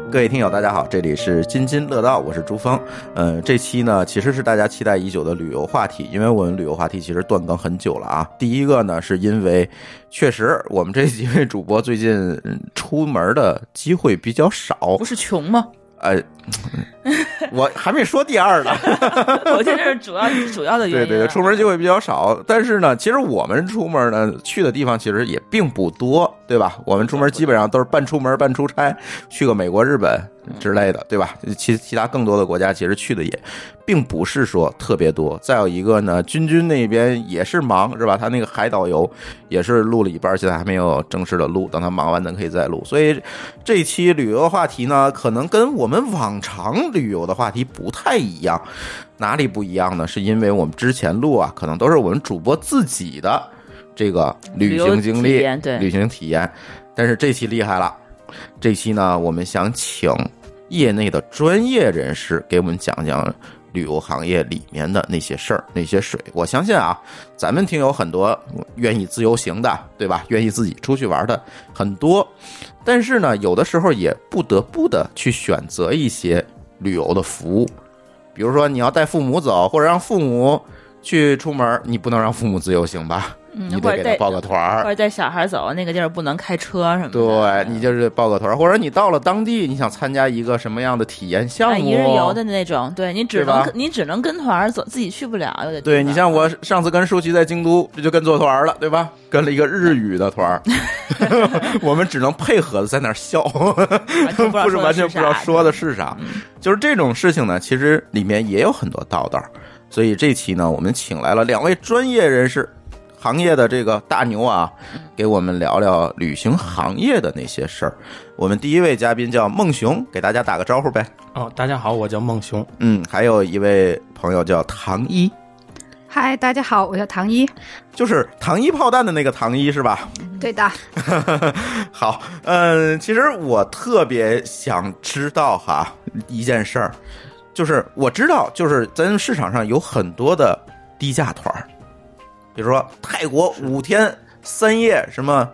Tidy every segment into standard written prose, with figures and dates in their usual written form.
各位听友大家好，这里是津津乐道，我是朱峰。这期呢其实是大家期待已久的旅游话题，因为我们旅游话题其实断更很久了啊。第一个呢是因为确实我们这几位主播最近出门的机会比较少。 不是穷吗？ 我还没说第二呢。 我觉得这是主要的原因。 对，出门机会比较少，但是呢，其实我们出门呢去的地方其实也并不多，对吧？我们出门基本上都是半出门半出差，去个美国、日本之类的，对吧？其他更多的国家其实去的也并不是说特别多。再有一个呢，君那边也是忙，是吧？他那个海岛游也是录了一半，现在还没有正式的录，等他忙完咱可以再录。所以这期旅游话题呢，可能跟我们往常旅游的话题不太一样。哪里不一样呢？是因为我们之前录啊，可能都是我们主播自己的这个旅行经历、旅行体验。但是这期厉害了，这期呢，我们想请业内的专业人士给我们讲讲旅游行业里面的那些事儿、那些水。我相信啊，咱们听友很多愿意自由行的，对吧？愿意自己出去玩的很多，但是呢，有的时候也不得不的去选择一些旅游的服务。比如说你要带父母走，或者让父母去出门，你不能让父母自由行吧？你得给他报个团， 或者带小孩走，那个地儿不能开车什么的。 对，你就是报个团，或者你到了当地，你想参加一个什么样的体验项目， 一日游的那种，对，你只能跟团走，自己去不了。 对，你像我上次跟舒淇在京都，这就跟做团了，对吧？跟了一个日语的团，我们只能配合的在那儿笑，不是完全不知道说的是啥。就是这种事情呢，其实里面也有很多道道。所以这期呢，我们请来了两位专业人士。行业的这个大牛啊，给我们聊聊旅行行业的那些事儿。我们第一位嘉宾叫孟雄，给大家打个招呼呗。 大家好，我叫孟雄。 还有一位朋友叫唐一。 嗨，大家好，我叫唐一。 就是糖衣炮弹的那个糖衣是吧？ 对的。 好，其实我特别想知道哈一件事儿，就是我知道，就是咱市场上有很多的低价团。比如说泰国5天3夜什么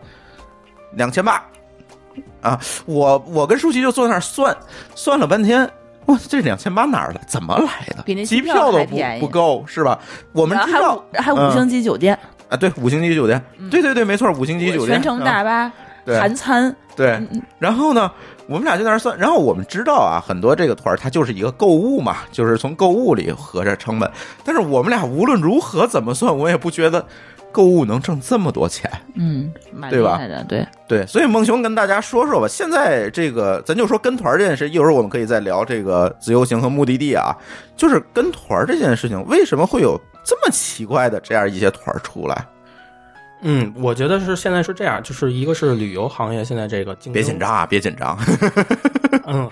2800啊，我跟舒淇就坐那儿算了半天，哇，这2800哪儿了？怎么来的？ 比那机票都不够是吧？我们知道还5星级酒店啊，对，5星级酒店，对，没错，5星级酒店， 全程大巴，含餐， 对。然后呢，我们俩就在那儿算，然后我们知道啊，很多这个团它就是一个购物嘛，就是从购物里合着成本。但是我们俩无论如何怎么算，我也不觉得购物能挣这么多钱， 蛮厉害的， 对。所以孟雄跟大家说说吧，现在这个咱就说跟团这件事，一会儿我们可以再聊这个自由行和目的地啊，就是跟团这件事情，为什么会有这么奇怪的这样一些团出来？ 我觉得是现在是这样，就是一个是旅游行业现在这个竞争， 别紧张啊，别紧张。 好。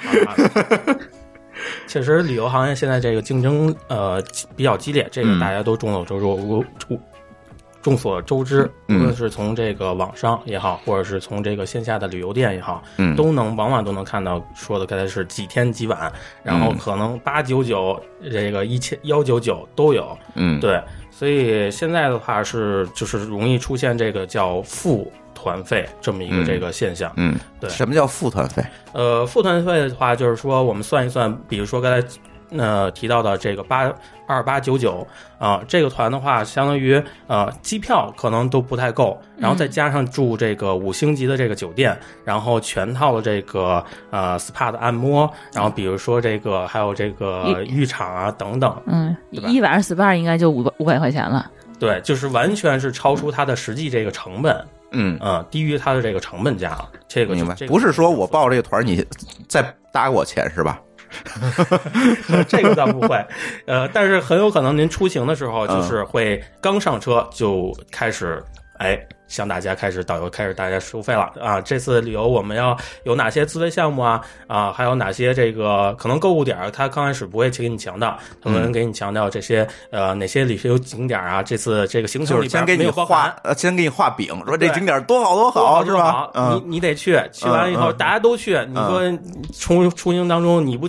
确实，旅游行业现在这个竞争比较激烈，这个大家都众所周知。无论是从这个网上也好，或者是从这个线下的旅游店也好，往往都能看到说的刚才是几天几晚，然后可能899这个199都有。对。所以现在的话就是容易出现这个叫副团费这么一个这个现象。对。 什么叫副团费？ 副团费的话，就是说我们算一算，比如说刚才提到的这个2899啊，这个团的话，相当于机票可能都不太够，然后再加上住这个5星级的这个酒店，然后全套的这个SPA 的按摩，然后比如说这个还有这个浴场啊等等， 一晚上 SPA 应该就500块钱了。 对，就是完全是超出它的实际这个成本。低于它的这个成本价了。这个明白，不是说我报这个团你再搭我钱是吧？ 这个倒不会，但是很有可能您出行的时候，就是会刚上车就开始，向大家导游开始大家收费了啊！这次旅游我们要有哪些自费项目啊？还有哪些这个可能购物点他刚开始不会给你强调，他们给你强调这些哪些旅游景点啊？这次这个行程里边没有包含， 先给你画饼，说这景点多好多好是吧？ 你得去完以后大家都去，你说出行当中你不去，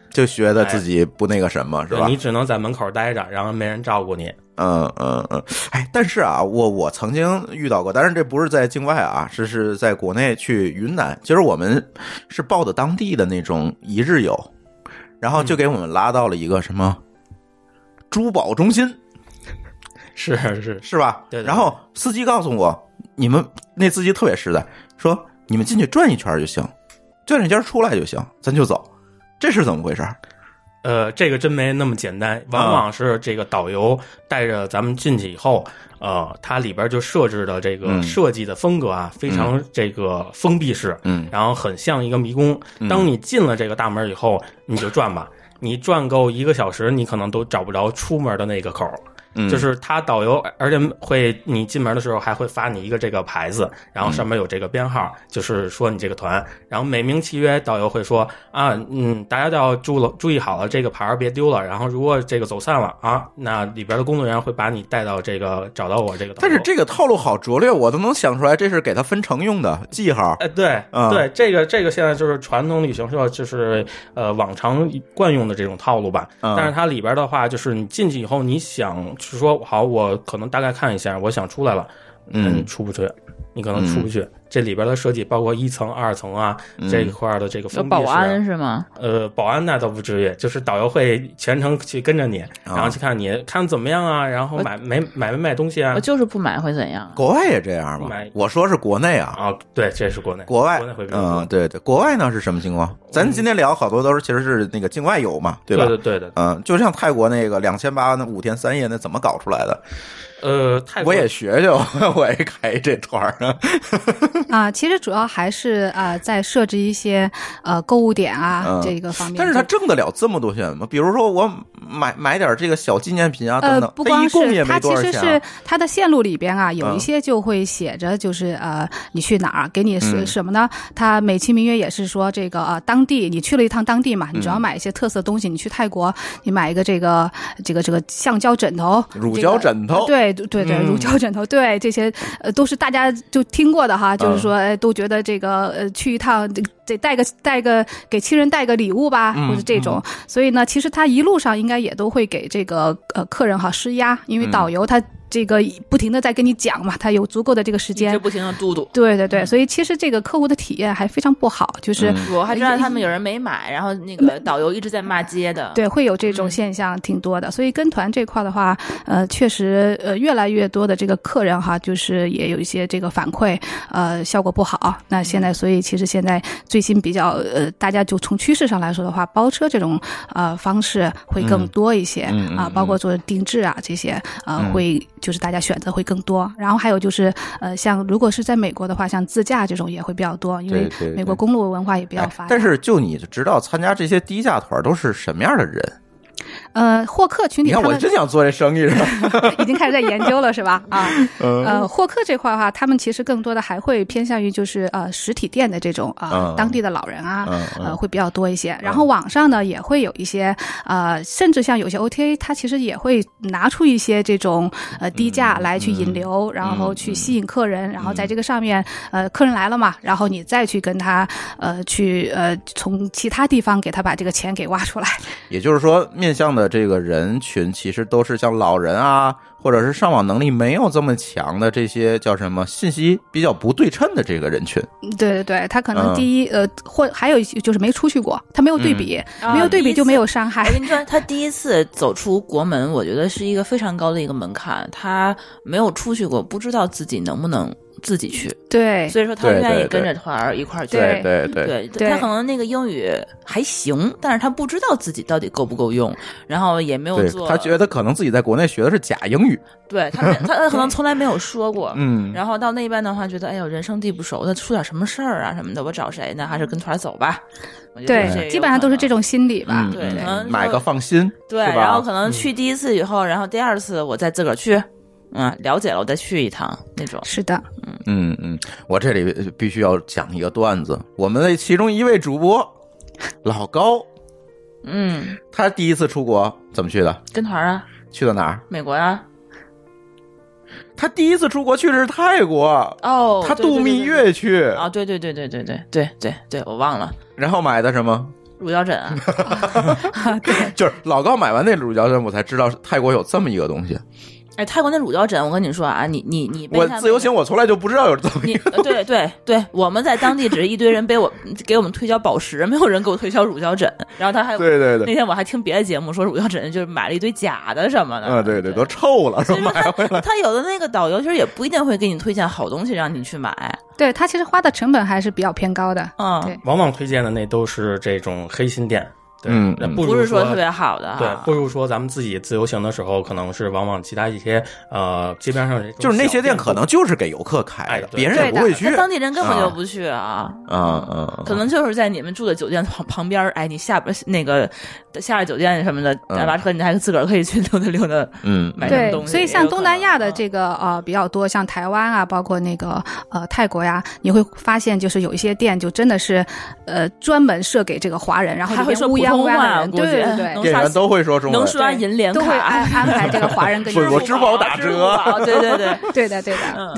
就觉得自己不那个什么，是吧？ 你只能在门口待着，然后没人照顾你。 但是啊，我曾经遇到过，但是这不是在境外啊，是在国内去云南。其实我们是报的当地的那种一日游，然后就给我们拉到了一个什么珠宝中心， 是吧？ 对。 然后司机告诉我，你们那司机特别实在，说你们进去转一圈就行，转一圈出来就行，咱就走。这是怎么回事？ 这个真没那么简单，往往是这个导游带着咱们进去以后，它里边就设置的这个设计的风格啊，非常这个封闭式，然后很像一个迷宫。当你进了这个大门以后，你就转吧，你转够1个小时，你可能都找不着出门的那个口。就是他导游，而且会你进门的时候还会发你一个这个牌子，然后上面有这个编号，就是说你这个团，然后美名其曰导游会说啊，大家都要注意好了，这个牌别丢了，然后如果这个走散了啊，那里边的工作人员会把你带到这个找到我这个导游。 但是这个套路好拙劣，我都能想出来，这是给他分成用的记号。 对，对，这个现在就是传统旅行社就是往常惯用的这种套路吧。但是它里边的话，就是你进去以后，你想。是说好，我可能大概看一下，我想出来了，出不去，你可能出不去。这里边的设计包括1层、2层啊，这一块的这个封闭式。 保安是吗？ 保安那倒不至于，就是导游会全程去跟着你，然后去看你看怎么样啊，然后买没买东西啊。 我就是不买会怎样？ 国外也这样吗？我说是国内啊。 对，这是国内。 国外会比较多。 对，国外呢是什么情况？咱今天聊好多都是其实是那个境外游嘛，对吧？ 对的。 就像泰国那个2800那5天3夜那怎么搞出来的？ 泰国我也学学，我也开这团啊。其实主要还是在设置一些购物点啊这个方面。 但是他挣得了这么多钱吗？比如说我买点这个小纪念品啊等等， 不光是它其实是它的线路里边啊，有一些就会写着就是你去哪儿，给你是什么呢？它美其名曰也是说这个当地你去了一趟当地嘛，你主要买一些特色东西。你去泰国，你买一个这个橡胶枕头、 乳胶枕头， 对，乳胶枕头，对，这些都是大家就听过的哈，就是说都觉得这个去一趟得带个给亲人带个礼物吧，或者这种。所以呢，其实他一路上应该也都会给这个客人哈施压，因为导游他这个不停的在跟你讲嘛，他有足够的这个时间， 就不停的嘟嘟。 对，所以其实这个客户的体验还非常不好，就是我还知道他们有人没买，然后那个导游一直在骂街的。 对，会有这种现象挺多的。所以跟团这块的话，确实越来越多的这个客人哈，就是也有一些这个反馈，效果不好。那现在，所以其实现在最新比较大家就从趋势上来说的话，包车这种方式会更多一些包括做定制啊这些会。就是大家选择会更多，然后还有就是像如果是在美国的话，像自驾这种也会比较多，因为美国公路文化也比较发达。 但是就你知道参加这些低价团都是什么样的人？ 获客群体， 你看我真想做这生意是吧？ 已经开始在研究了是吧？获客这块的话，他们其实更多的还会偏向于就是实体店的这种当地的老人啊，会比较多一些。然后网上呢也会有一些甚至像有些 OTA， 它其实也会拿出一些这种低价来去引流，然后去吸引客人，然后在这个上面客人来了嘛，然后你再去跟他去从其他地方给他把这个钱给挖出来。 也就是说，面向的这个人群其实都是像老人啊，或者是上网能力没有这么强的这些叫什么信息比较不对称的这个人群。 对，他可能第一或还有就是没出去过，他没有对比，没有对比就没有伤害。 我跟你说，他第一次走出国门，我觉得是一个非常高的一个门槛，他没有出去过，不知道自己能不能自己去。 对， 所以说他愿意跟着团儿一块儿去。 对， 他可能那个英语还行，但是他不知道自己到底够不够用，然后也没有做。 他觉得可能自己在国内学的是假英语。 对，他可能从来没有说过。然后到那边的话，觉得哎呦人生地不熟，他出点什么事儿啊什么的，我找谁呢？还是跟团走吧。 对，基本上都是这种心理吧。 对， 买个放心。 对，然后可能去第一次以后，然后第二次我再自个儿去。了解了，我再去一趟那种。 是的， 我这里必须要讲一个段子。我们的其中一位主播老高，他第一次出国怎么去的？ 跟团啊。 去的哪儿？ 美国啊。 他第一次出国去的是泰国他度蜜月去啊。对，我忘了。 然后买的什么？ 乳胶枕啊。 就是老高买完那乳胶枕，我才知道泰国有这么一个东西。 哎，泰国那乳胶枕，我跟你说啊，你我自由行我从来就不知道有这么一个。 对对对，我们在当地只是一堆人给我们推销宝石，没有人给我推销乳胶枕。然后他还对对对， 那天我还听别的节目说乳胶枕就是买了一堆假的什么的。 对对，都臭了，说买回来。 他有的那个导游其实也不一定会给你推荐好东西让你去买。 对，他其实花的成本还是比较偏高的。对， 往往推荐的那都是这种黑心店。对， 不是说特别好的， 对，不如说咱们自己自由行的时候，可能是往往其他一些街边上就是那些店可能就是给游客开的，别人也不会去， 当地人根本就不去啊，可能就是在你们住的酒店旁边，哎，你下边那个下了酒店什么的，完车你还自个儿可以去溜达溜达，买什么东西。 对，所以像东南亚的这个比较多，像台湾啊，包括那个泰国呀，你会发现就是有一些店就真的是专门设给这个华人，然后还会说乌鸦话，对对对， 店员都会说中文， 能刷银联卡， 都会安排这个华人跟你我支付宝打折， 对对对， 对的对的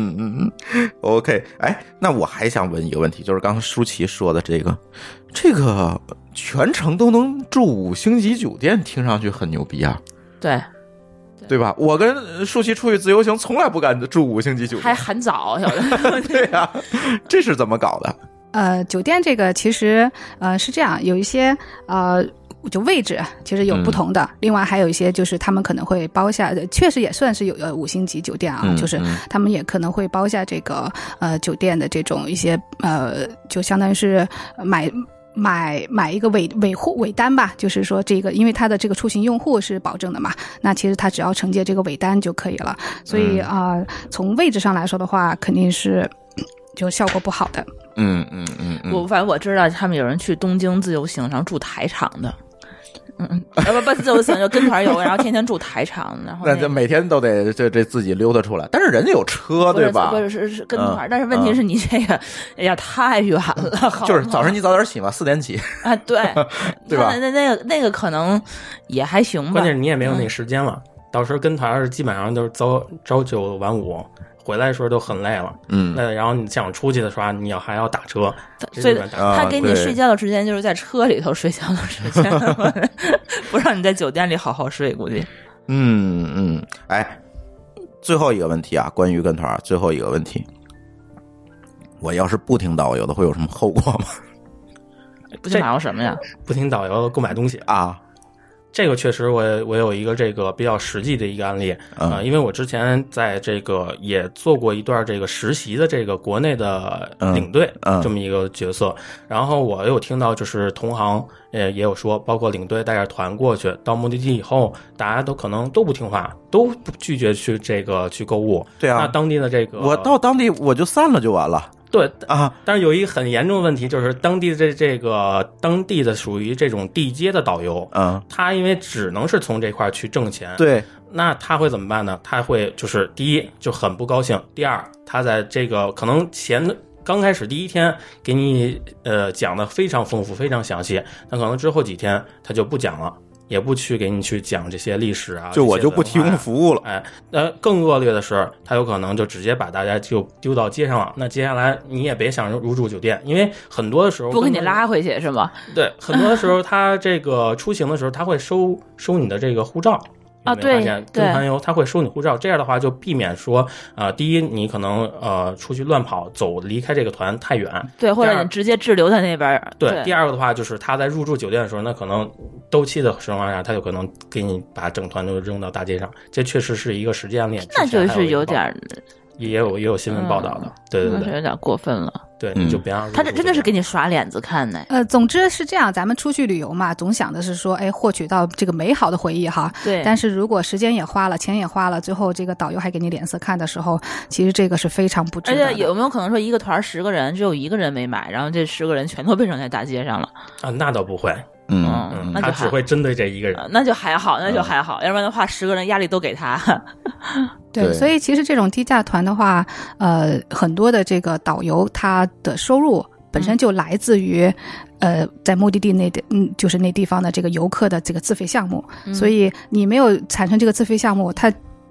，OK， 哎，那我还想问一个问题，就是刚刚舒淇说的这个全程都能住5星级酒店，听上去很牛逼啊，对吧？我跟舒淇出去自由行，从来不敢住5星级酒店， 还很早，晓得？ 对呀，这是怎么搞的？ 酒店这个其实是这样，有一些就位置其实有不同的，另外还有一些就是他们可能会包下，确实也算是有5星级酒店啊，就是他们也可能会包下这个酒店的这种一些就相当于是买一个尾单吧，就是说这个因为它的这个出行用户是保证的嘛，那其实它只要承接这个尾单就可以了，所以从位置上来说的话，肯定是就效果不好的。 反正我知道他们有人去东京自由行，然后住台场的。不自由行就跟团游，然后天天住台场，然后那就每天都得这自己溜达出来，但是人家有车对吧？ 不是跟团，但是问题是你这个哎呀太远了， 就是早上你早点起嘛，4点起啊，对对吧？ 那个可能也还行吧， 关键是你也没有那时间了，到时候跟团基本上都是朝9晚5。回来的时候都很累了，那然后你想出去的时候，你还要打车， 所以他给你睡觉的时间就是在车里头睡觉的时间，不让你在酒店里好好睡，估计。 哎，最后一个问题啊，关于跟团，最后一个问题，我要是不听导游的，会有什么后果吗？ 不听导游什么呀？ 不听导游购买东西啊。 这个确实我有一个这个比较实际的一个案例因为我之前在这个也做过一段这个实习的这个国内的领队这么一个角色，然后我有听到就是同行也有说，包括领队带着团过去到目的地以后，大家都可能都不听话，都拒绝去去购物。 对啊， 那当地的这个我到当地我就散了就完了。 对啊，但是有一个很严重的问题，就是当地的当地的属于这种地接的导游，他因为只能是从这块去挣钱， 对， 那他会怎么办呢？他会就是第一就很不高兴，第二他在这个可能刚开始第一天给你讲的非常丰富非常详细，那可能之后几天他就不讲了。也不去给你去讲这些历史啊， 就我就不提供服务了。 哎，更恶劣的是，他有可能就直接把大家就丢到街上了。那接下来你也别想入住酒店，因为很多的时候不给你拉回去是吗？ 对，很多的时候他这个出行的时候，他会收你的这个护照。 啊，对， 跟团游他会收你护照，这样的话就避免说，第一你可能出去乱跑，离开这个团太远， 对，或者你直接滞留在那边。 对，第二个的话就是他在入住酒店的时候，那可能周期的情况下，他就可能给你把整团都扔到大街上，这确实是一个实际案例。 那就是有点。 也有新闻报道的，对， 有点过分了。 对，你就别让他这真的是给你耍脸子看呢。 总之是这样，咱们出去旅游嘛，总想的是说，哎，获取到这个美好的回忆哈。 对。 但是如果时间也花了，钱也花了，最后这个导游还给你脸色看的时候，其实这个是非常不值得的。 而且有没有可能说一个团10个人，只有1个人没买，然后这10个人全都被扔在大街上了？ 啊，那倒不会。 那他只会针对这一个人， 那就还好，要不然的话10个人压力都给他。 对，所以其实这种低价团的话，很多的这个导游他的收入本身就来自于在目的地就是那地方的这个游客的这个自费项目，所以你没有产生这个自费项目，他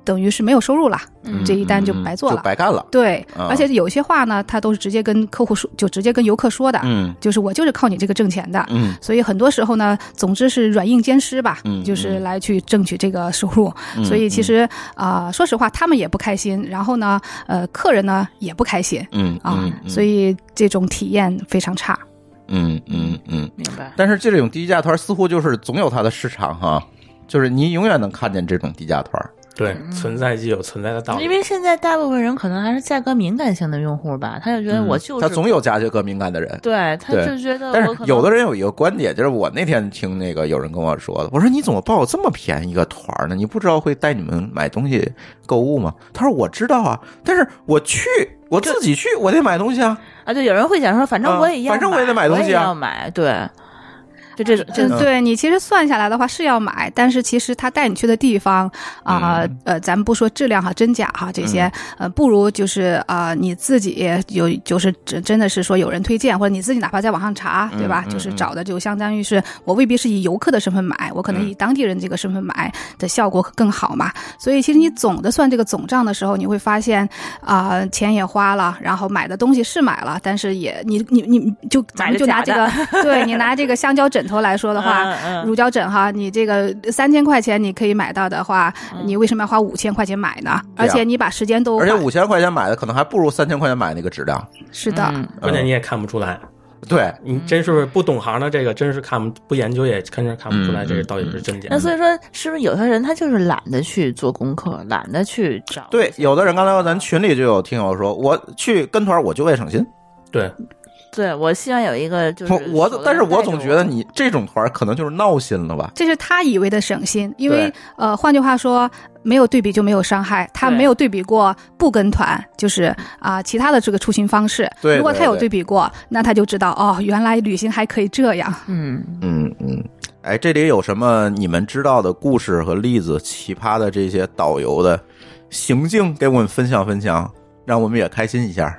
等于是没有收入了，这一单就白做了， 就白干了。 对，而且有些话呢，他都是直接跟客户说，就直接跟游客说的，就是我就是靠你这个挣钱的，所以很多时候呢，总之是软硬兼施吧，就是来去争取这个收入。所以其实说实话，他们也不开心，然后呢，客人呢也不开心，所以这种体验非常差。 明白。 但是这种低价团似乎就是总有它的市场哈，就是你永远能看见这种低价团。 对，存在即有存在的道理。 因为现在大部分人可能还是价格敏感性的用户吧，他就觉得我就是他总有价格敏感的人， 对，他就觉得。 但是有的人有一个观点，就是我那天听那个有人跟我说的，我说你怎么报这么便宜一个团呢？你不知道会带你们买东西购物吗？他说我知道啊，但是我自己去，我得买东西啊。 啊，对，有人会讲说，反正我也要买， 反正我也得买东西啊， 我也要买，对。就这种， 对，你其实算下来的话是要买，但是其实他带你去的地方咱们不说质量哈、真假哈这些，不如就是你自己就是真的是说有人推荐，或者你自己哪怕在网上查，对吧？就是找的就相当于是我未必是以游客的身份买，我可能以当地人这个身份买的效果更好嘛。所以其实你总的算这个总账的时候，你会发现钱也花了，然后买的东西是买了，但是也你就咱们就拿这个，对，你拿这个香蕉枕头来说的话，乳胶枕哈，你这个3000块钱你可以买到的话，你为什么要花5000块钱买呢？而且你把时间都， 而且5000块钱买的可能还不如3000块钱买那个质量。 是的， 关键你也看不出来。 对， 你真是不懂行的，这个真是不研究也看不出来这个到底是真假。 那所以说，是不是有些人他就是懒得去做功课，懒得去找？ 对，有的人刚才咱群里就有听友说，我去跟团我就为省心。 对。 对，我希望有一个就是但是我总觉得你这种团可能就是闹心了吧？ 这是他以为的省心，因为换句话说，没有对比就没有伤害。他没有对比过不跟团，就是其他的这个出行方式。 对， 如果他有对比过，那他就知道哦，原来旅行还可以这样。 哎，这里有什么你们知道的故事和例子？奇葩的这些导游的行径，给我们分享分享，让我们也开心一下。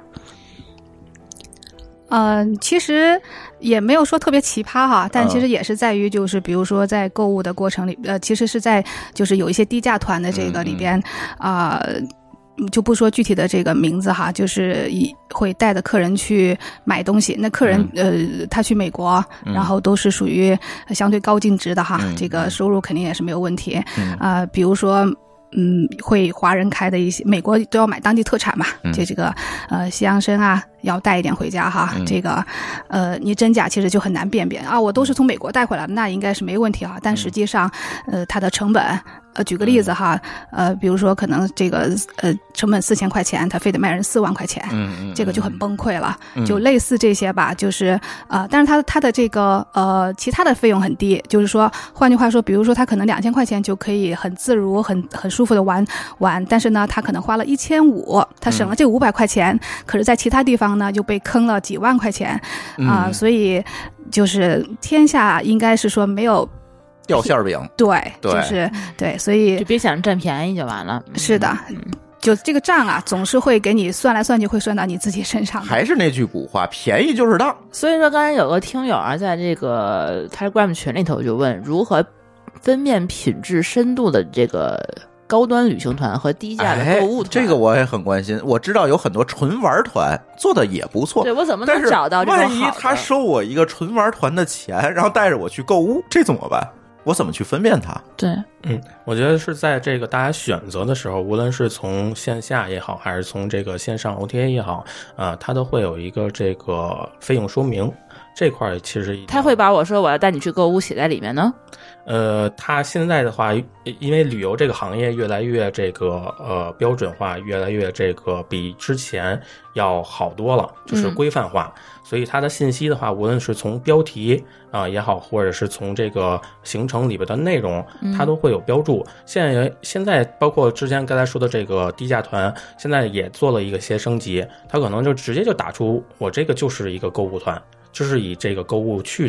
其实也没有说特别奇葩哈，但其实也是在于就是比如说在购物的过程里，其实是在就是有一些低价团的这个里边就不说具体的这个名字哈，就是会带着客人去买东西。那客人他去美国，然后都是属于相对高净值的哈，这个收入肯定也是没有问题比如说。会华人开的一些，美国都要买当地特产嘛，这个西洋参啊，要带一点回家哈。这个你真假其实就很难辨别我都是从美国带回来的，那应该是没问题哈。但实际上，它的成本。举个例子哈，比如说可能这个成本4000块钱，他非得卖人4万块钱，这个就很崩溃了。就类似这些吧，就是但是他的这个其他的费用很低，就是说换句话说，比如说他可能2000块钱就可以很自如、很舒服的玩，但是呢，他可能花了1500，他省了这500块钱，可是在其他地方呢就被坑了几万块钱所以就是天下应该是说没有。 掉馅饼， 对，就是对，所以就别想占便宜就完了。 是的，就这个账总是会给你算来算去，会算到你自己身上的。 还是那句古话，便宜就是当。 所以说，刚才有个听友在这个 Telegram 群里头就问，如何分辨品质深度的这个高端旅行团和低价的购物团？ 这个我也很关心。我知道有很多纯玩团做的也不错， 对，我怎么能找到这种好的？ 万一他收我一个纯玩团的钱，然后带着我去购物，这怎么办？我怎么去分辨它？ 对， 我觉得是在这个大家选择的时候，无论是从线下也好，还是从这个线上 OTA 也好，它都会有一个这个费用说明。这块其实他会把我说我要带你去购物写在里面呢。 他现在的话，因为旅游这个行业越来越这个标准化，越来越这个比之前要好多了，就是规范化。所以它的信息的话，无论是从标题也好，或者是从这个行程里边的内容，它都会有标注。现在包括之前刚才说的这个低价团，现在也做了一个些升级，它可能就直接就打出我这个就是一个购物团。就是以这个购物去的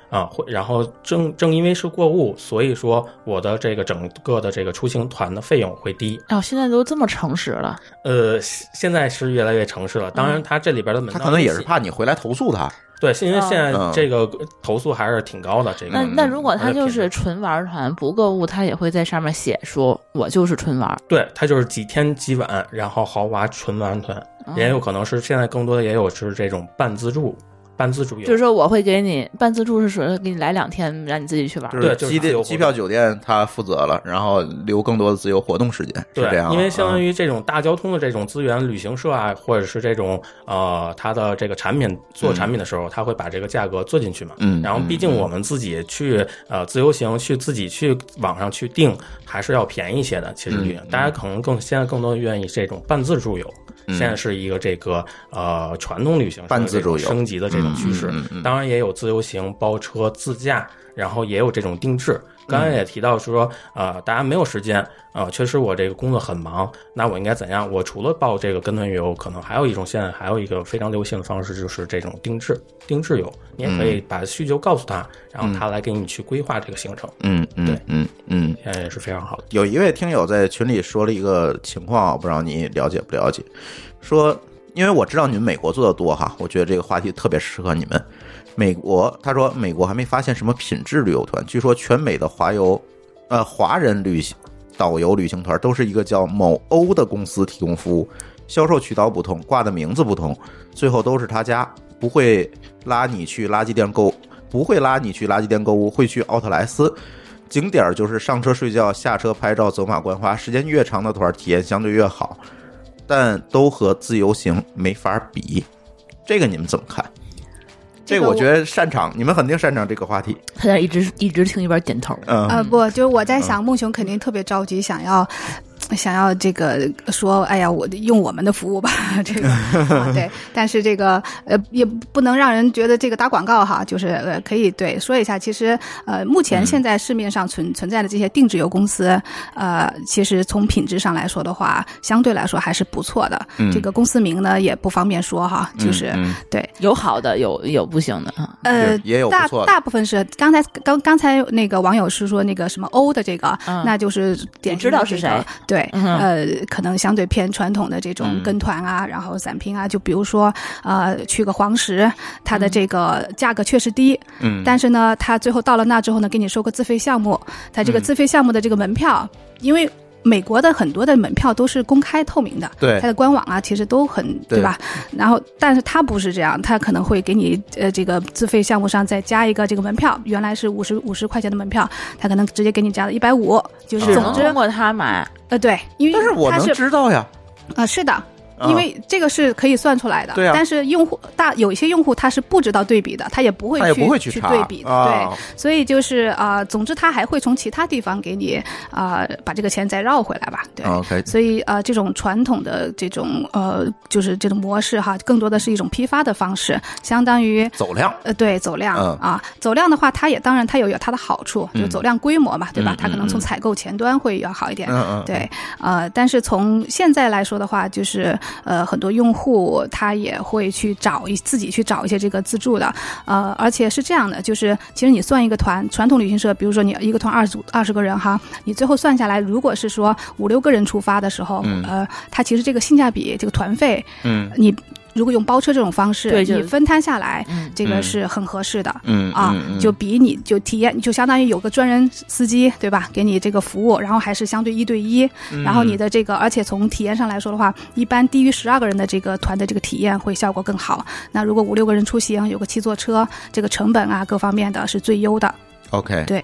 然后正因为是过雾，所以说我的这个整个的这个出行团的费用会低。 现在都这么诚实了。 现在是越来越诚实了。当然，它这里边的门道， 他可能也是怕你回来投诉他。 对，因为现在这个投诉还是挺高的。这个那如果他就是纯玩团不购物，他也会在上面写说我就是纯玩。 对，他就是几天几晚，然后豪华纯玩团，也有可能是现在更多的也有是这种半自助游， 就是说我会给你半自助，是属于给你来2天，让你自己去玩。 对， 机票酒店他负责了，然后留更多的自由活动时间，是这样。 因为相当于这种大交通的这种资源，旅行社啊，或者是这种它的这个产品做产品的时候，他会把这个价格做进去嘛。然后毕竟我们自己去自由行去自己去网上去订，还是要便宜一些的。其实旅行大家可能现在更多愿意这种半自助游。现在是一个这个传统旅行半自助游升级的这种趋势，当然也有自由行、包车、自驾，然后也有这种定制。刚才也提到说大家没有时间确实我这个工作很忙，那我应该怎样？我除了报这个跟团游，可能还有一种现在还有一个非常流行的方式，就是这种定制游。你也可以把需求告诉他，然后他来给你去规划这个行程。现在也是非常好的。 有一位听友在群里说了一个情况，我不知道你了解不了解，说因为我知道你们美国做的多哈，我觉得这个话题特别适合你们。美国，他说美国还没发现什么品质旅游团，据说全美的华人导游旅行团都是一个叫某欧的公司提供服务，销售渠道不同，挂的名字不同，最后都是他家，不会拉你去垃圾店购物，会去奥特莱斯。景点就是上车睡觉，下车拍照，走马观花，时间越长的团体验相对越好，但都和自由行没法比。这个你们怎么看？这个我觉得你们肯定擅长这个话题。 他在一直听一边点头。 不，就是我在想，孟雄肯定特别着急，想要这个说，哎呀，我用我们的服务吧，这个对，但是这个也不能让人觉得这个打广告哈，就是可以对说一下，其实目前现在市面上存在的这些定制游公司，其实从品质上来说的话，相对来说还是不错的。这个公司名呢也不方便说哈，就是对， 有好的，有不行的也有不错的。 大部分是刚才那个网友是说那个什么欧的这个，那就是点知道是谁。 对，可能相对偏传统的这种跟团啊，然后散拼啊，就比如说去个黄石，它的这个价格确实低，但是呢，它最后到了那之后呢，给你收个自费项目，它这个自费项目的这个门票，因为美国的很多的门票都是公开透明的， 对， 它的官网啊其实都很 对吧？然后但是它不是这样，它可能会给你这个自费项目上再加一个这个门票，原来是50块钱的门票，它可能直接给你加了150，就是总之通过它买。 对，因为但是我能知道呀。 是的。因为这个是可以算出来的， 对啊， 但是有一些用户他是不知道对比的，他也不会去对比的，对，所以就是总之他还会从其他地方给你把这个钱再绕回来吧，对 ，OK， 所以这种传统的这种就是这种模式哈，更多的是一种批发的方式，相当于走量， 对，走量走量的话，它也当然它有它的好处，就走量规模嘛，对吧？它可能从采购前端会要好一点，对，但是从现在来说的话，就是很多用户他也会去自己去找一些这个自助的，而且是这样的，就是其实你算一个团，传统旅行社，比如说你一个团20个人哈，你最后算下来，如果是说5-6个人出发的时候，它其实这个性价比，这个团费，你如果用包车这种方式，你分摊下来，这个是很合适的，就比你就体验，就相当于有个专人司机，对吧？给你这个服务，然后还是相对1对1，然后你的这个，而且从体验上来说的话，一般低于12个人的这个团的这个体验会效果更好。那如果5-6个人出行，有个7座车，这个成本啊各方面的是最优的。 OK， 对，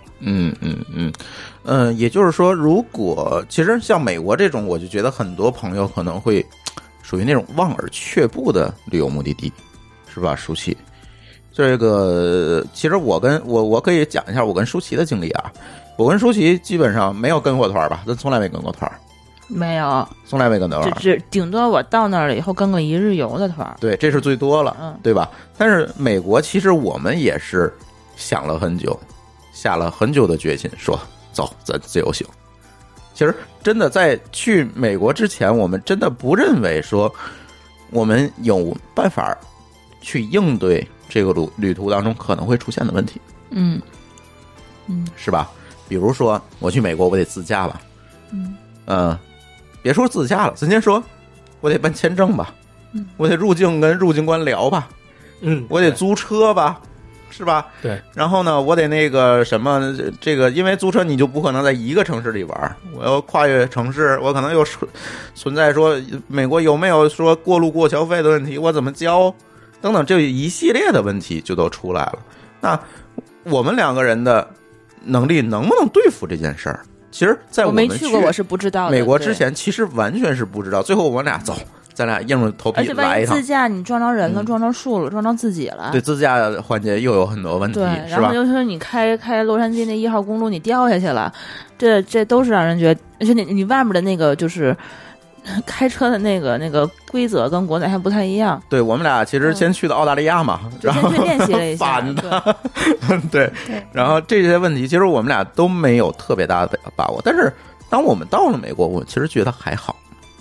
也就是说，如果其实像美国这种，我就觉得很多朋友可能会属于那种望而却步的旅游目的地，是吧？舒淇，这个其实我可以讲一下我跟舒淇的经历啊。我跟舒淇基本上没有跟过团吧，咱从来没跟过团， 没有， 从来没跟过团， 只顶多我到那儿了以后跟个1日游的团， 对，这是最多了，对吧？但是美国其实我们也是想了很久，下了很久的决心，说走，咱自由行。其实真的在去美国之前，我们真的不认为说我们有办法去应对这个旅途当中可能会出现的问题。 是吧？比如说我去美国，我得自驾吧，别说自驾了，咱先说，我得办签证吧，我得入境跟入境官聊吧，我得租车吧，是吧？ 对。 然后呢，我得那个什么，这个因为租车你就不可能在一个城市里玩，我要跨越城市，我可能又存在说美国有没有说过路过桥费的问题，我怎么交，等等，这一系列的问题就都出来了。那我们两个人的能力能不能对付这件事儿？其实，在我们没去过，我是不知道的。 美国之前其实完全是不知道，最后我们俩走。咱俩硬着头皮来一趟， 而且万一自驾你撞着人了，撞着树了，撞着自己了， 对自驾环节又有很多问题， 对， 是吧？ 然后就是你开洛杉矶那1号公路，你掉下去了，这都是让人觉得，而且你外面的那个就是开车的那个规则跟国内还不太一样。 对，我们俩其实先去的澳大利亚嘛， 然后先去练习了一下， 反的，对。然后这些问题，其实我们俩都没有特别大的把握，但是当我们到了美国，我其实觉得还好。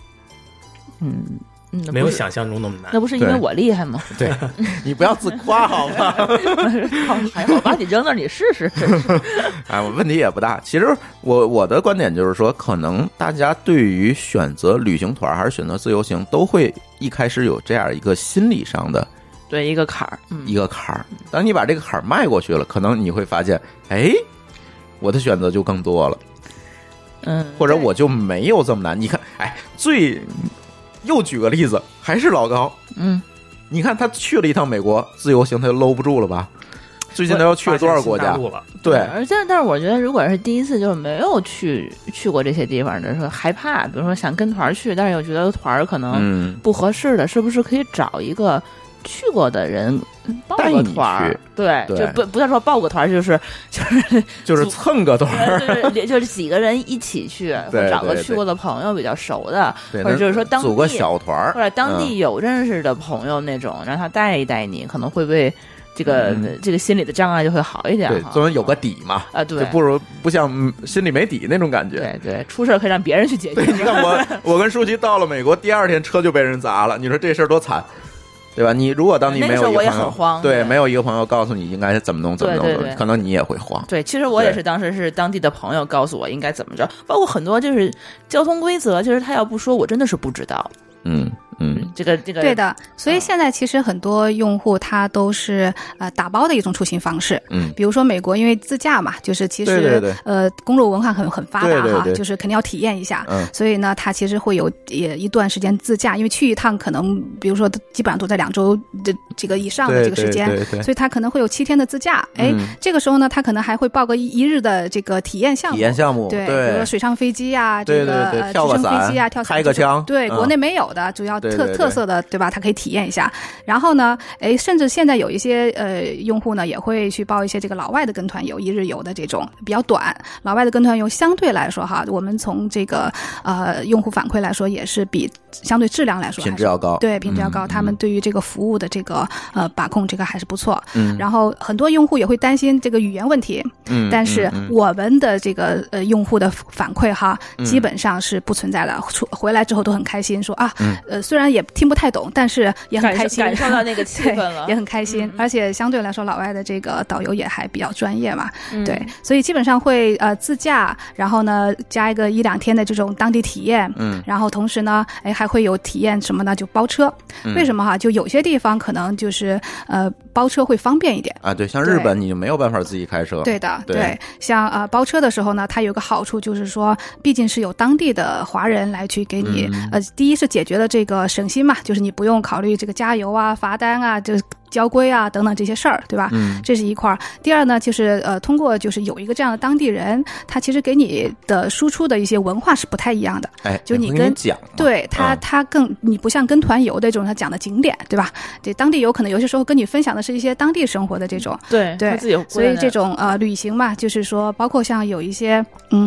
没有想象中那么难。 那不是因为我厉害吗？ 对，你不要自夸好吗？ 还好，把你扔那儿你试试。 哎，问题也不大。其实我的观点就是说，可能大家对于选择旅行团还是选择自由行，都会一开始有这样一个心理上的对一个坎儿， 一个坎儿。当你把这个坎儿迈过去了，可能你会发现，哎，我的选择就更多了。或者我就没有这么难。你看，哎，又举个例子，还是老高。你看他去了一趟美国自由行，他就搂不住了吧？最近他又去了多少国家？对， 但是我觉得，如果是第一次就是没有去过这些地方的时候，害怕，比如说想跟团去，但是又觉得团可能不合适的，是不是可以找一个去过的人报个团？对，就不要说报个团，就是蹭个团， 就是几个人一起去，或者找个去过的朋友比较熟的，或者就是说当地组个小团， 或者当地有认识的朋友那种，让他带一带你，可能会不会这个心理的障碍就会好一点。 对，总有个底嘛。 对， 就不像心里没底那种感觉。 对，出事可以让别人去解决。 你看我跟舒淇到了美国，第2天车就被人砸了，你说这事儿多惨。对吧？你如果当地没有一个朋友， 那时候我也很慌， 对，没有一个朋友告诉你应该怎么弄，可能你也会慌。 对，其实我也是当时是当地的朋友告诉我应该怎么着，包括很多就是交通规则，就是他要不说，我真的是不知道。这个对的，所以现在其实很多用户他都是打包的一种出行方式。比如说美国因为自驾嘛，就是其实公路文化很发达哈，就是肯定要体验一下。所以呢，他其实会有一段时间自驾，因为去一趟可能比如说基本上都在2周的这个以上的这个时间，所以他可能会有7天的自驾。这个时候呢，他可能还会报个1日的这个体验项目。对，比如说水上飞机啊，这个直升飞机啊，跳伞， 开个枪。 对，国内没有的，主要特色的，对吧？他可以体验一下。然后呢，甚至现在有一些用户呢，也会去报一些这个老外的跟团游，1日游的这种比较短。老外的跟团游相对来说哈，我们从这个用户反馈来说，也是比相对质量来说品质要高。 对，品质要高。他们对于这个服务的这个把控，这个还是不错。然后很多用户也会担心这个语言问题。但是我们的这个用户的反馈哈，基本上是不存在的。回来之后都很开心，说虽然也听不太懂，但是也很开心， 感受到那个气氛了， 也很开心。而且相对来说，老外的这个导游也还比较专业嘛。对，所以基本上会自驾，然后呢加一个1-2天的这种当地体验。然后同时呢，还会有体验什么呢？就包车。为什么哈？就有些地方可能就是包车会方便一点啊。对，像日本你就没有办法自己开车。 对的，对。像包车的时候呢，它有个好处就是说，毕竟是有当地的华人来去给你第一是解决了这个省心嘛，就是你不用考虑这个加油啊、罚单啊，就是交规啊等等这些事儿，对吧？这是一块。第二呢，就是通过就是有一个这样的当地人，他其实给你的输出的一些文化是不太一样的。就你跟讲， 对他更你不像跟团游的这种他讲的景点，对吧？对，当地游可能有些时候跟你分享的是一些当地生活的这种。对， 自己所以这种旅行嘛，就是说包括像有一些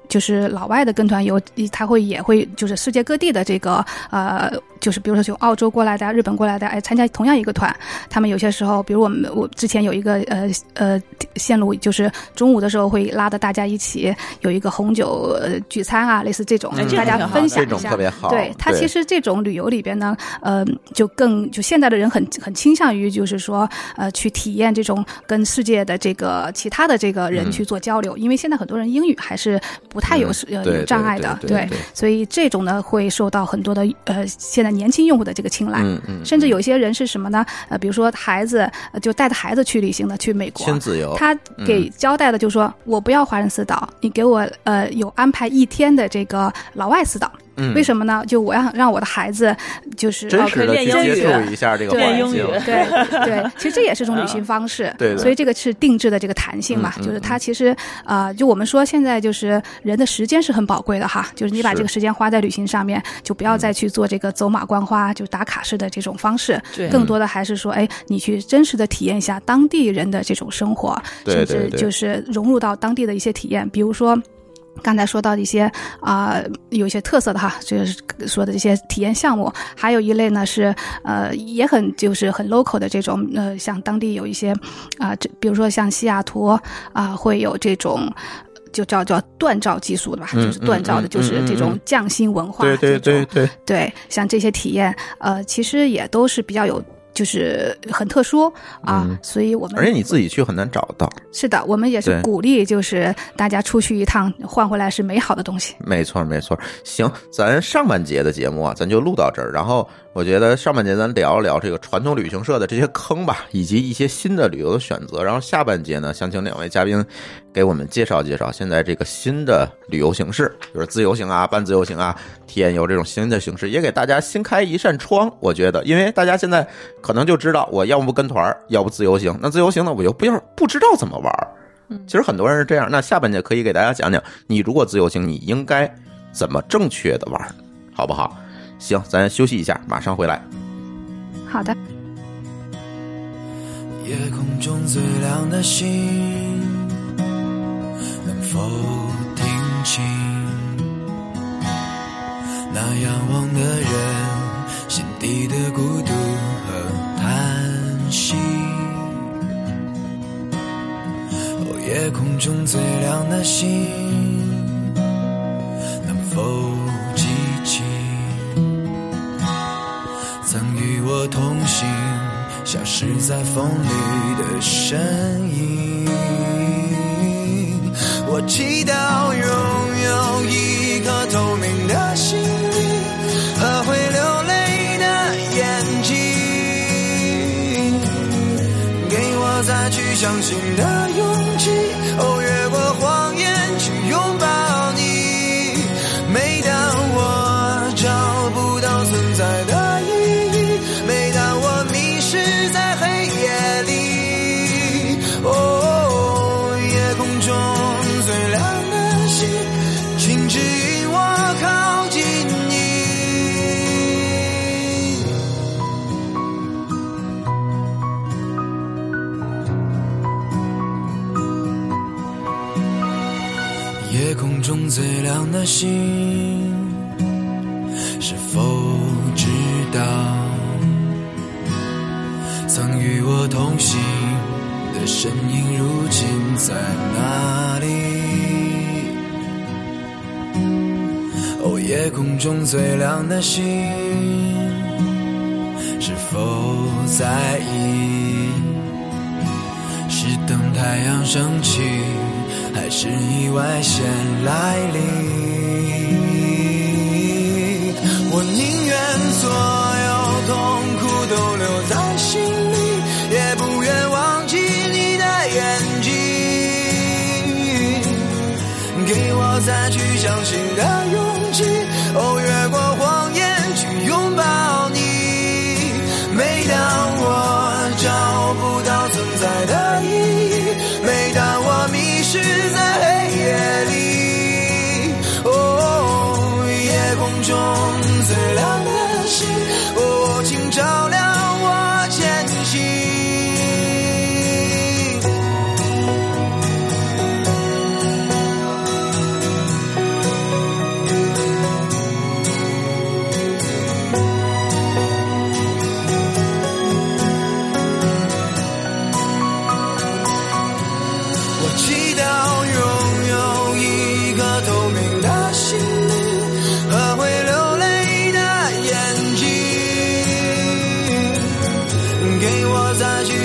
就是老外的跟团游，他也会就是世界各地的这个就是比如说从澳洲过来的、日本过来的，参加同样一个团。他们有些时候，比如我之前有一个线路，就是中午的时候会拉着大家一起有一个红酒聚餐啊，类似这种，大家分享一下， 这种特别好。 对，它其实这种旅游里边呢，就现在的人很倾向于就是说去体验这种跟世界的这个其他的这个人去做交流，因为现在很多人英语还是不太有障碍的，对，所以这种呢会受到很多的现在年轻用户的这个青睐，甚至有些人是什么呢？比如说孩子就带着孩子去旅行的，去美国亲子游， 他给交代的就是说，我不要华人四岛，你给我有安排1天的这个老外四岛。为什么呢？就我要让我的孩子就是真实的去接触一下这个环境， 对，其实这也是一种旅行方式，对，所以这个是定制的这个弹性嘛，就是它其实就我们说现在就是人的时间是很宝贵的哈，就是你把这个时间花在旅行上面，就不要再去做这个走马观花就打卡式的这种方式，更多的还是说，你去真实的体验一下当地人的这种生活，甚至就是融入到当地的一些体验，比如说。刚才说到的一些有一些特色的哈，就是说的这些体验项目，还有一类呢是也很就是很 local 的这种像当地有一些比如说像西雅图会有这种。就叫锻造技术的吧，就是锻造的，就是这种匠心文化，对，像这些体验，其实也都是比较有。就是很特殊所以我们而且你自己去很难找到。 是的，我们也是鼓励，就是大家出去一趟，换回来是美好的东西。 没错，没错。行，咱上半节的节目咱就录到这儿。然后我觉得上半节咱聊一聊这个传统旅行社的这些坑吧，以及一些新的旅游的选择。然后下半节呢，想请2位嘉宾给我们介绍介绍现在这个新的旅游形式，比如自由行半自由行体验游这种新的形式，也给大家新开一扇窗。我觉得，因为大家现在可能就知道，我要不跟团，要不自由行。那自由行呢，我又不知道怎么玩。其实很多人是这样。那下半节可以给大家讲讲，你如果自由行，你应该怎么正确的玩，好不好？行，咱休息一下，马上回来。 好的。 夜空中最亮的星，能否听清那仰望的人心底的孤独和叹息？夜空中最亮的星，能否记起曾与我同行消失在风里的身影？我祈祷拥有一颗透明的心灵和会流泪的眼睛，给我再去相信的勇气，越过谎言去拥抱你。每当我找不到存在的意义，每当我迷失在黑夜里，夜空中最亮的星，请指引我靠近你。夜空中最亮的星，是否知道曾与我同行的身影如今在哪里？夜空中最亮的星，是否在意？是等太阳升起，还是意外先来临？我宁愿所有痛苦都留在心里，也不愿忘记你的眼睛，给我再去相信的勇气，越过谎言去拥抱你。每当我找不到存在的意义，每当我迷失在黑夜里，夜空中最亮的星，请照亮我前行。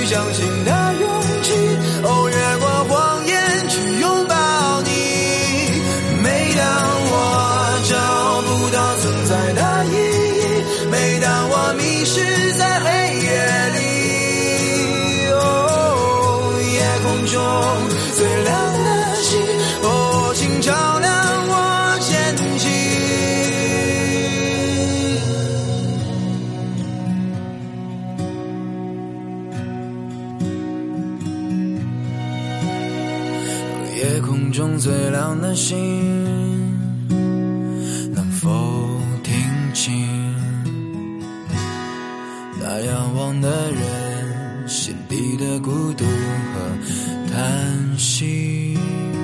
去相信的勇气，哦，越过谎言去拥抱你。每当我找不到存在的意义，每当我迷失在黑夜里，哦，夜空中最亮的星，哦，请照亮我前进。夜空中最亮的星，能否听清那仰望的人心底的孤独和叹息？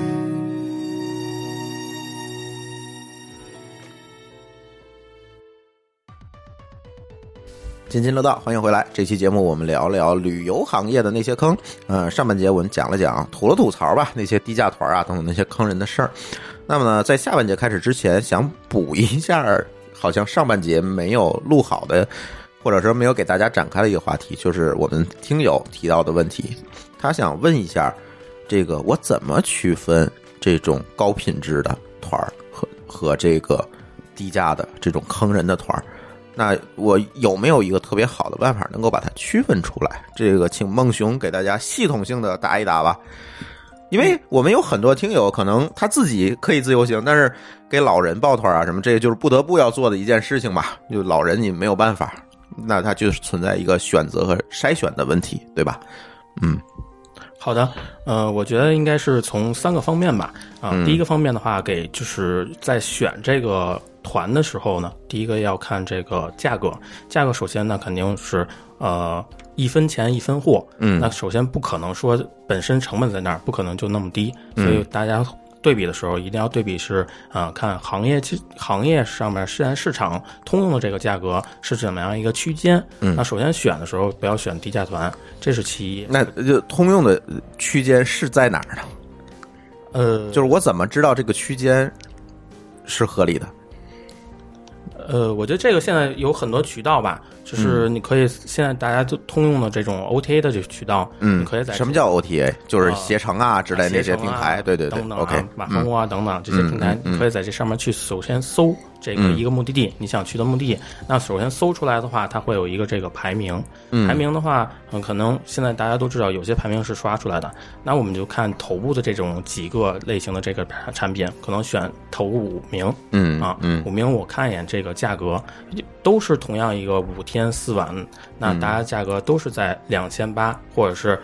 津津乐道，欢迎回来。这期节目我们聊聊旅游行业的那些坑。上半节我们讲了讲，吐了吐槽吧，那些低价团啊等等那些坑人的事儿。那么呢，在下半节开始之前，想补一下，好像上半节没有录好的，或者说没有给大家展开的一个话题，就是我们听友提到的问题。他想问一下，这个我怎么区分这种高品质的团和这个低价的这种坑人的团？那我有没有一个特别好的办法能够把它区分出来？这个请孟熊给大家系统性的答一答吧。因为我们有很多听友可能他自己可以自由行，但是给老人抱团啊什么，这就是不得不要做的一件事情吧。就老人你没有办法，那他就是存在一个选择和筛选的问题，对吧？ 好的，我觉得应该是从3个方面吧。第一个方面的话，就是在选这个团的时候呢，第一个要看这个价格。价格首先呢，肯定是一分钱一分货。那首先不可能说本身成本在那儿，不可能就那么低，所以大家对比的时候一定要对比是看行业上面现在市场通用的这个价格是怎么样一个区间。那首先选的时候不要选低价团，这是其一。 那就通用的区间是在哪儿呢？就是我怎么知道这个区间是合理的？ 我觉得这个现在有很多渠道吧，就是你可以现在大家都通用的这种 OTA 的这个渠道，你可以在什么叫 OTA？ 就是携程啊之类那些平台，对对对， 等等 ，OK， 马蜂窝啊等等这些平台，你可以在这上面去首先搜这个一个目的地，你想去的目的地。那首先搜出来的话，它会有一个这个排名。排名的话，可能现在大家都知道，有些排名是刷出来的。那我们就看头部的这种几个类型的这个产品，可能选头5名。5名我看一眼这个价格，都是同样一个5天4晚，那大家价格都是在2800或者是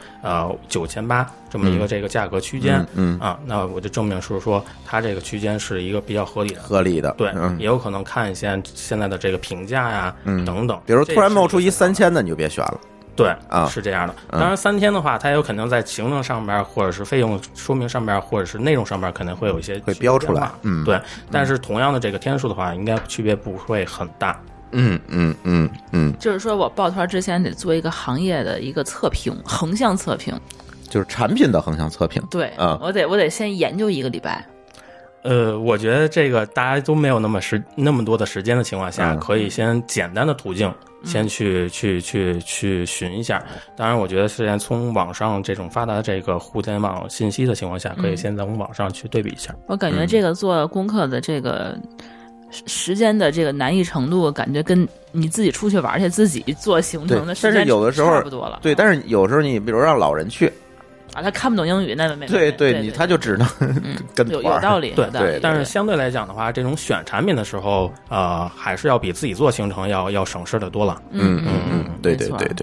9800这么一个这个价格区间。那我就证明是说它这个区间是一个比较合理的。对，也有可能看一下现在的这个评价呀，等等。 比如突然冒出一3000的，你就别选了。 对是这样的。当然3天的话，它有可能在行程上边，或者是费用说明上边，或者是内容上边，可能会有一些会标出来。 对。但是同样的这个天数的话，应该区别不会很大。 就是说我报团之前得做一个行业的一个测评，横向测评， 就是产品的横向测评。 对，我得先研究1个礼拜。 我觉得这个大家都没有那么多的时间的情况下，可以先简单的途径先去寻一下。当然我觉得现在从网上这种发达的这个互联网信息的情况下，可以先从网上去对比一下。 我感觉这个做功课的这个时间的这个难易程度，感觉跟你自己出去玩去自己做行程的时间差不多了。 对，但是有时候你比如让老人去他看不懂英语，那没对，他就只能跟有道理。 对，但是相对来讲的话，这种选产品的时候，还是要比自己做行程要省事的多了。 对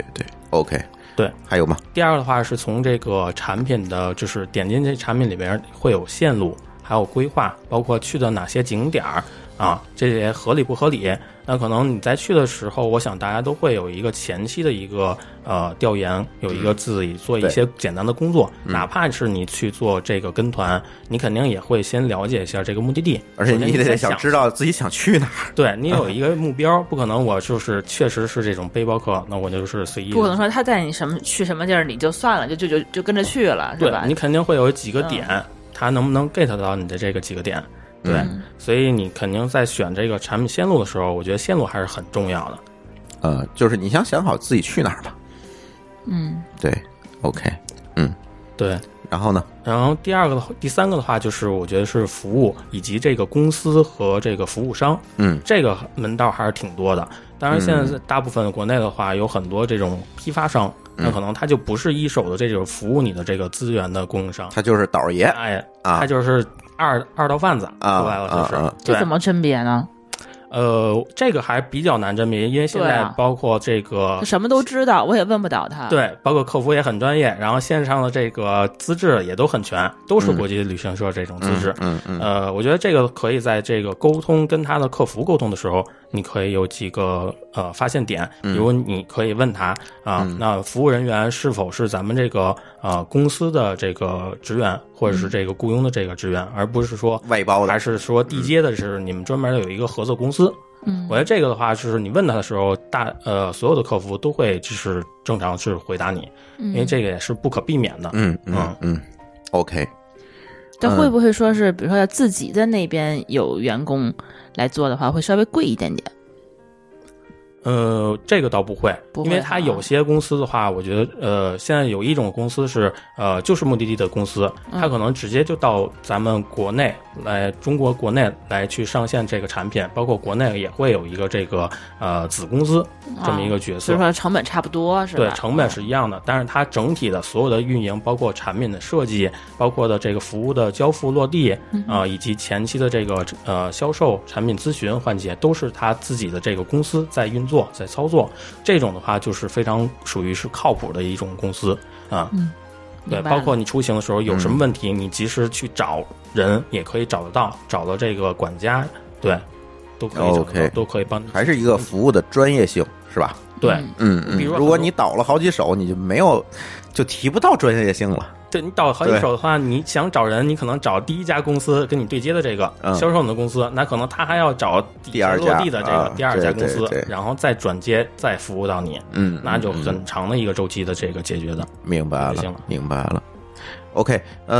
，OK， 对， 还有吗？ 第二个的话是从这个产品的，就是点进这产品里边会有线路，还有规划，包括去的哪些景点这些合理不合理？那可能你在去的时候，我想大家都会有一个前期的一个调研，有一个自己做一些简单的工作。哪怕是你去做这个跟团，你肯定也会先了解一下这个目的地， 而且你得想知道自己想去哪儿。 对，你有一个目标，不可能我就是确实是这种背包客，那我就是随意。 不可能说他带你去什么地儿你就算了，就跟着去了，是吧？ 对，你肯定会有几个点，他能不能 get 到你的这个几个点？对，所以你肯定在选这个产品线路的时候，我觉得线路还是很重要的。 就是你想好自己去哪儿吧。 对 ，OK， 对。 然后呢？ 然后第三个的话，就是我觉得是服务以及这个公司和这个服务商，这个门道还是挺多的。当然，现在大部分国内的话，有很多这种批发商，那可能他就不是一手的这种服务你的这个资源的供应商， 他就是倒爷， 哎，他就是二道贩子，说白了就是， 这怎么甄别呢？ 这个还比较难甄别，因为现在包括这个什么都知道，我也问不到他。 对，包括客服也很专业，然后线上的这个资质也都很全，都是国际旅行社这种资质。我觉得这个可以在这个沟通跟他的客服沟通的时候，你可以有几个发现点，比如你可以问他那服务人员是否是咱们这个公司的这个职员，或者是这个雇佣的这个职员，而不是说外包的， 还是说递接的是你们专门有一个合作公司。我觉得这个的话，就是你问他的时候，所有的客服都会就是正常是回答你，因为这个也是不可避免的。 OK。 但会不会说是，比如说要自己在那边有员工来做的话，会稍微贵一点点？ 这个倒不会，因为它有些公司的话，我觉得现在有一种公司是就是目的地的公司，它可能直接就到咱们国内来，中国国内来去上线这个产品，包括国内也会有一个这个子公司这么一个角色， 所以说成本差不多是吧？ 对，成本是一样的，但是它整体的所有的运营，包括产品的设计，包括的这个服务的交付落地以及前期的这个销售、产品咨询环节，都是它自己的这个公司在运作。在操作，这种的话就是非常属于是靠谱的一种公司啊。对，包括你出行的时候有什么问题，你及时去找人也可以找得到，找到这个管家，对，都可以找得到，都可以帮你。 还是一个服务的专业性，是吧？ 对， 比如果你倒了好几手，你就提不到专业性了。 对，你倒好几手的话，你想找人，你可能找第一家公司跟你对接的这个销售你的公司，那可能他还要找第二家落地的这个第二家公司，然后再转接再服务到你，那就很长的一个周期的这个解决的。 明白了。OK，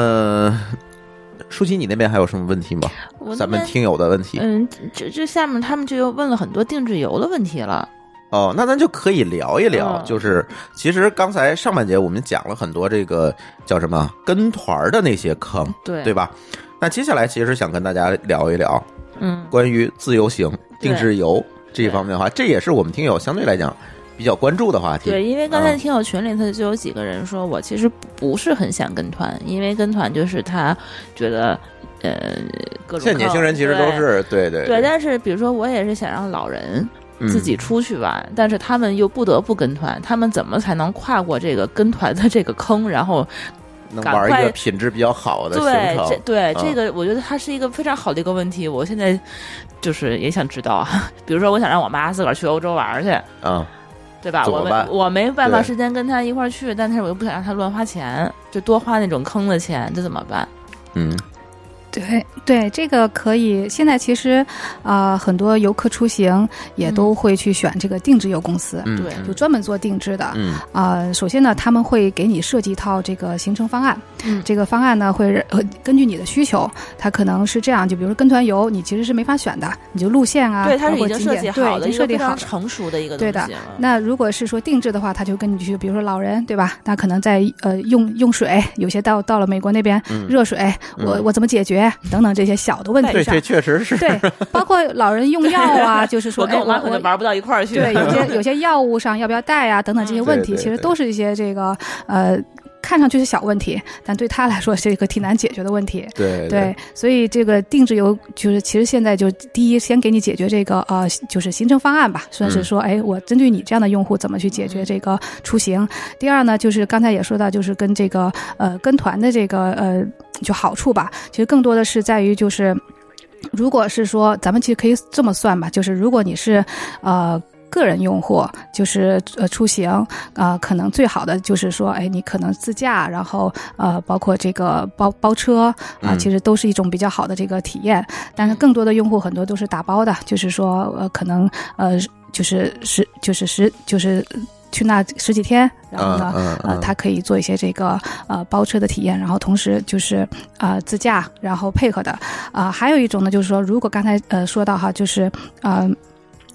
舒淇，你那边还有什么问题吗？咱们听友的问题。 这下面他们就又问了很多定制游的问题了。 那咱就可以聊一聊，就是其实刚才上半节我们讲了很多这个叫什么跟团的那些坑，对吧？那接下来其实想跟大家聊一聊，关于自由行、定制游这一方面的话，这也是我们听友相对来讲比较关注的话题。 对，因为刚才听友群里头就有几个人说，我其实不是很想跟团，因为跟团就是他觉得各种现在年轻人其实都是对， 但是比如说我也是想让老人自己出去玩，但是他们又不得不跟团，他们怎么才能跨过这个跟团的这个坑，然后能玩一个品质比较好的行程？ 这个我觉得它是一个非常好的一个问题。我现在就是也想知道啊，比如说我想让我妈自个儿去欧洲玩去，对吧？我没办法时间跟她一块儿去，但是我又不想让她乱花钱，就多花那种坑的钱，这怎么办？ 对，这个可以。现在其实很多游客出行也都会去选这个定制游公司， 对， 就专门做定制的。首先呢，他们会给你设计一套这个行程方案，这个方案呢会根据你的需求，它可能是这样，就比如说跟团游，你其实是没法选的，你就路线啊， 对，它是已经设计好的， 已经设计好成熟的一个东西。 对的。那如果是说定制的话，它就根据比如说老人，对吧？那可能在用水，有些到了美国那边，热水，我怎么解决？等等这些小的问题上， 对，这确实是对，包括老人用药啊，就是说我跟我妈可能玩不到一块儿去。 对，有些药物上要不要带啊，等等这些问题，其实都是一些这个看上去是小问题，但对他来说是一个挺难解决的问题。对，所以这个定制游就是其实现在就第一先给你解决这个就是行程方案吧，算是说我针对你这样的用户怎么去解决这个出行。第二呢，就是刚才也说到，就是跟这个跟团的这个就好处吧，其实更多的是在于就是如果是说咱们其实可以这么算吧，就是如果你是个人用户，就是出行可能最好的就是说你可能自驾，然后包括这个包车其实都是一种比较好的这个体验。但是更多的用户很多都是打包的，就是说可能就是去那10几天，然后呢他可以做一些这个包车的体验，然后同时就是自驾然后配合的。还有一种呢，就是说如果刚才说到哈，就是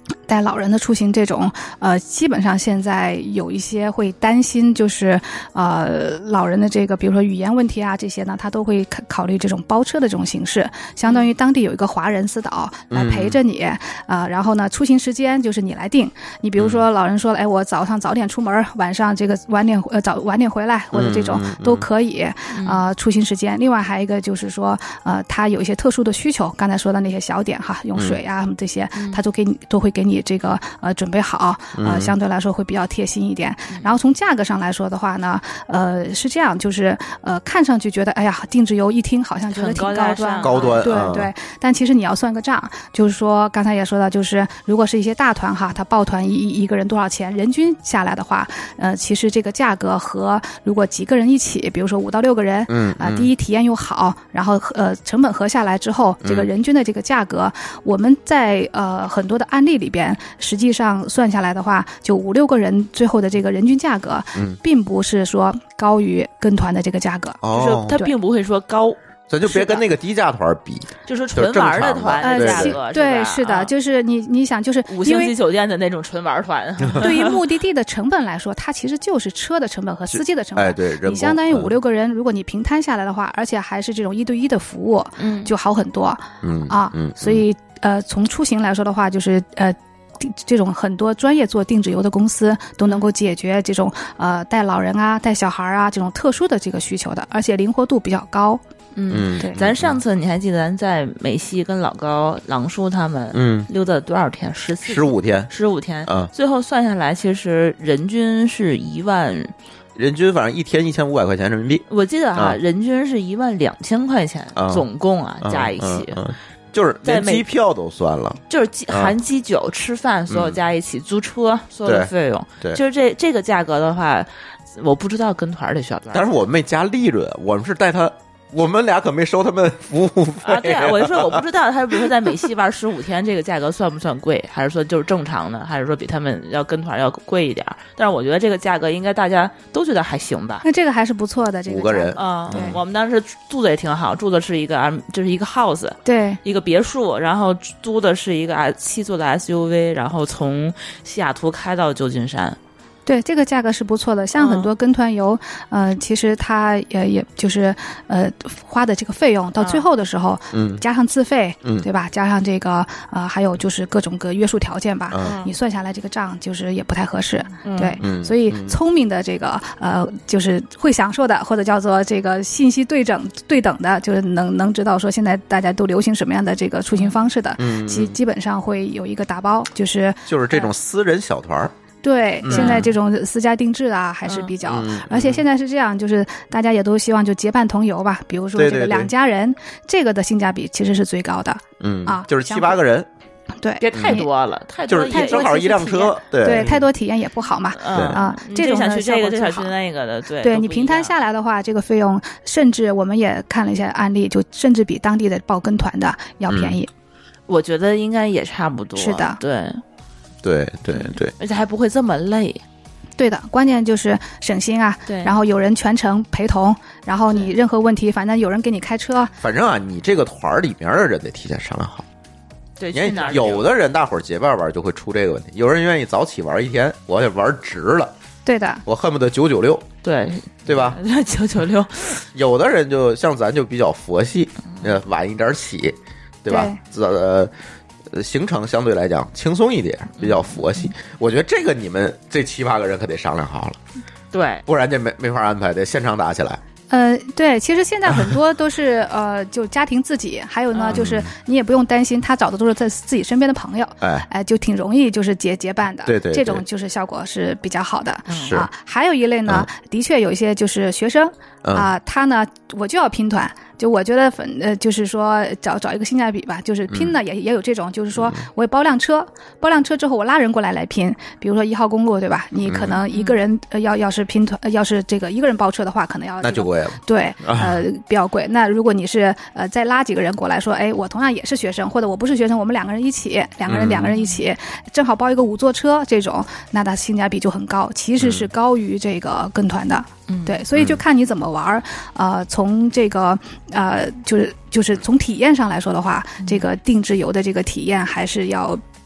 带老人的出行这种，基本上现在有一些会担心，就是老人的这个，比如说语言问题啊这些呢，他都会考虑这种包车的这种形式，相当于当地有一个华人司导来陪着你，然后呢，出行时间就是你来定。你比如说老人说，哎，我早上早点出门，晚上这个晚点回来，或者这种都可以，出行时间。另外还有一个就是说，他有一些特殊的需求，刚才说的那些小点哈，用水啊这些，他都会给你这个准备好，相对来说会比较贴心一点。然后从价格上来说的话呢，是这样，就是看上去觉得哎呀，定制游一听好像觉得挺高端，对，但其实你要算个账，就是说刚才也说到，就是如果是一些大团哈，他报团一个人多少钱，人均下来的话，其实这个价格和如果几个人一起，比如说5到6个人，第一体验又好，然后成本合下来之后，这个人均的这个价格，我们在很多的案例里边，实际上算下来的话，就5、6个人最后的这个人均价格，并不是说高于跟团的这个价格， 就是它并不会说高。 咱就别跟那个低价团比， 就是纯玩的团的价格， 对，是的，就是你想，就是 5星级酒店的那种纯玩团， 对于目的地的成本来说，它其实就是车的成本和司机的成本。 哎，对， 你相当于5、6个人，如果你平摊下来的话，而且还是这种1对1的服务，就好很多，所以从出行来说的话，就是这种很多专业做定制游的公司都能够解决这种带老人啊、带小孩啊这种特殊的这个需求的，而且灵活度比较高。 对，咱上次你还记得咱在美西跟老高、郎叔他们溜达多少天？15天，最后算下来，其实人均是1万， 人均反正一天1500块钱人民币。 我记得人均是12000块钱，总共加一起。 就是连机票都算了， 就是含机酒、吃饭，所有加一起，租车所有的费用， 对， 就是这个价格的话，我不知道跟团得需要多少。 但是我们没加利润，我们是带他。我们俩可没收他们服务费对啊，我就说我不知道他比如说在美西玩15天，这个价格算不算贵，还是说就是正常的，还是说比他们要跟团要贵一点？但是我觉得这个价格应该大家都觉得还行吧。 那这个还是不错的，这个 5个人我们当时住的也挺好，住的是一个就是一个 house， 对， 一个别墅，然后租的是一个7座的 SUV， 然后从西雅图开到旧金山。 对，这个价格是不错的。像很多跟团游，其实它也就是花的这个费用到最后的时候，加上自费，对吧？加上这个还有就是各种约束条件吧，你算下来这个账就是也不太合适。对，所以聪明的这个就是会享受的，或者叫做这个信息对等的，就是能知道说现在大家都流行什么样的这个出行方式的，基本上会有一个打包，就是这种私人小团。 对，现在这种私家定制啊还是比较，而且现在是这样，就是大家也都希望就结伴同游吧，比如说这个2家人，这个的性价比其实是最高的。 就是7、8个人。 对，别太多了，太多就是正好一辆车， 对，太多体验也不好嘛。这种想去这个，就想去那个的， 对你平摊下来的话，这个费用甚至我们也看了一些案例，就甚至比当地的报跟团的要便宜。 我觉得应该也差不多。 是的， 对， 而且还不会这么累。 对的，关键就是省心啊。 对， 然后有人全程陪同，然后你任何问题，反正有人给你开车。 反正你这个团里面的人得提前商量好。 对， 有的人大伙儿结伴玩就会出这个问题，有人愿意早起玩1天，我得玩值了。 对的， 我恨不得996。对吧 ？996。 有的人就像咱就比较佛系，晚一点起，对吧？行程相对来讲轻松一点，比较佛系。我觉得这个你们这7、8个人可得商量好了， 对， 不然这没法安排，得现场打起来。 对，其实现在很多都是就家庭自己，还有呢，就是你也不用担心他找的都是在自己身边的朋友，就挺容易就是结伴的。 对， 这种就是效果是比较好的。 是还有一类呢，的确有一些就是学生他呢，我就要拼团。就我觉得就是说找一个性价比吧，就是拼呢也有这种，就是说我也包辆车之后我拉人过来拼，比如说1号公路，对吧？你可能一个人要是拼团，要是这个一个人包车的话，可能要那就贵了。 对，比较贵。那如果你是再拉几个人过来说，哎，我同样也是学生，或者我不是学生，我们2个人一起，两个人一起，正好包一个5座车这种，那它性价比就很高，其实是高于这个跟团的。对，所以就看你怎么玩。从这个就是从体验上来说的话，这个定制游的这个体验还是要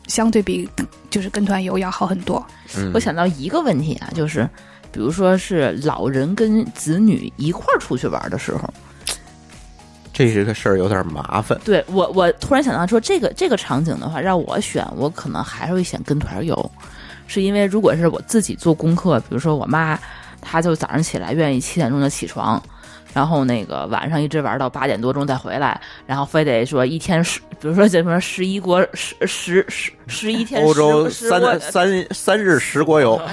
相对比就是跟团游要好很多。 我想到一个问题啊，就是比如说是老人跟子女一块儿出去玩的时候， 这个事儿有点麻烦。 对，我突然想到说这个场景的话，让我选，我可能还是会选跟团游，是因为如果是我自己做功课，比如说我妈她就早上起来愿意7点钟就起床，然后那个晚上一直玩到8点多钟再回来，然后非得说一天比如说什么11国11天欧洲三日10国游，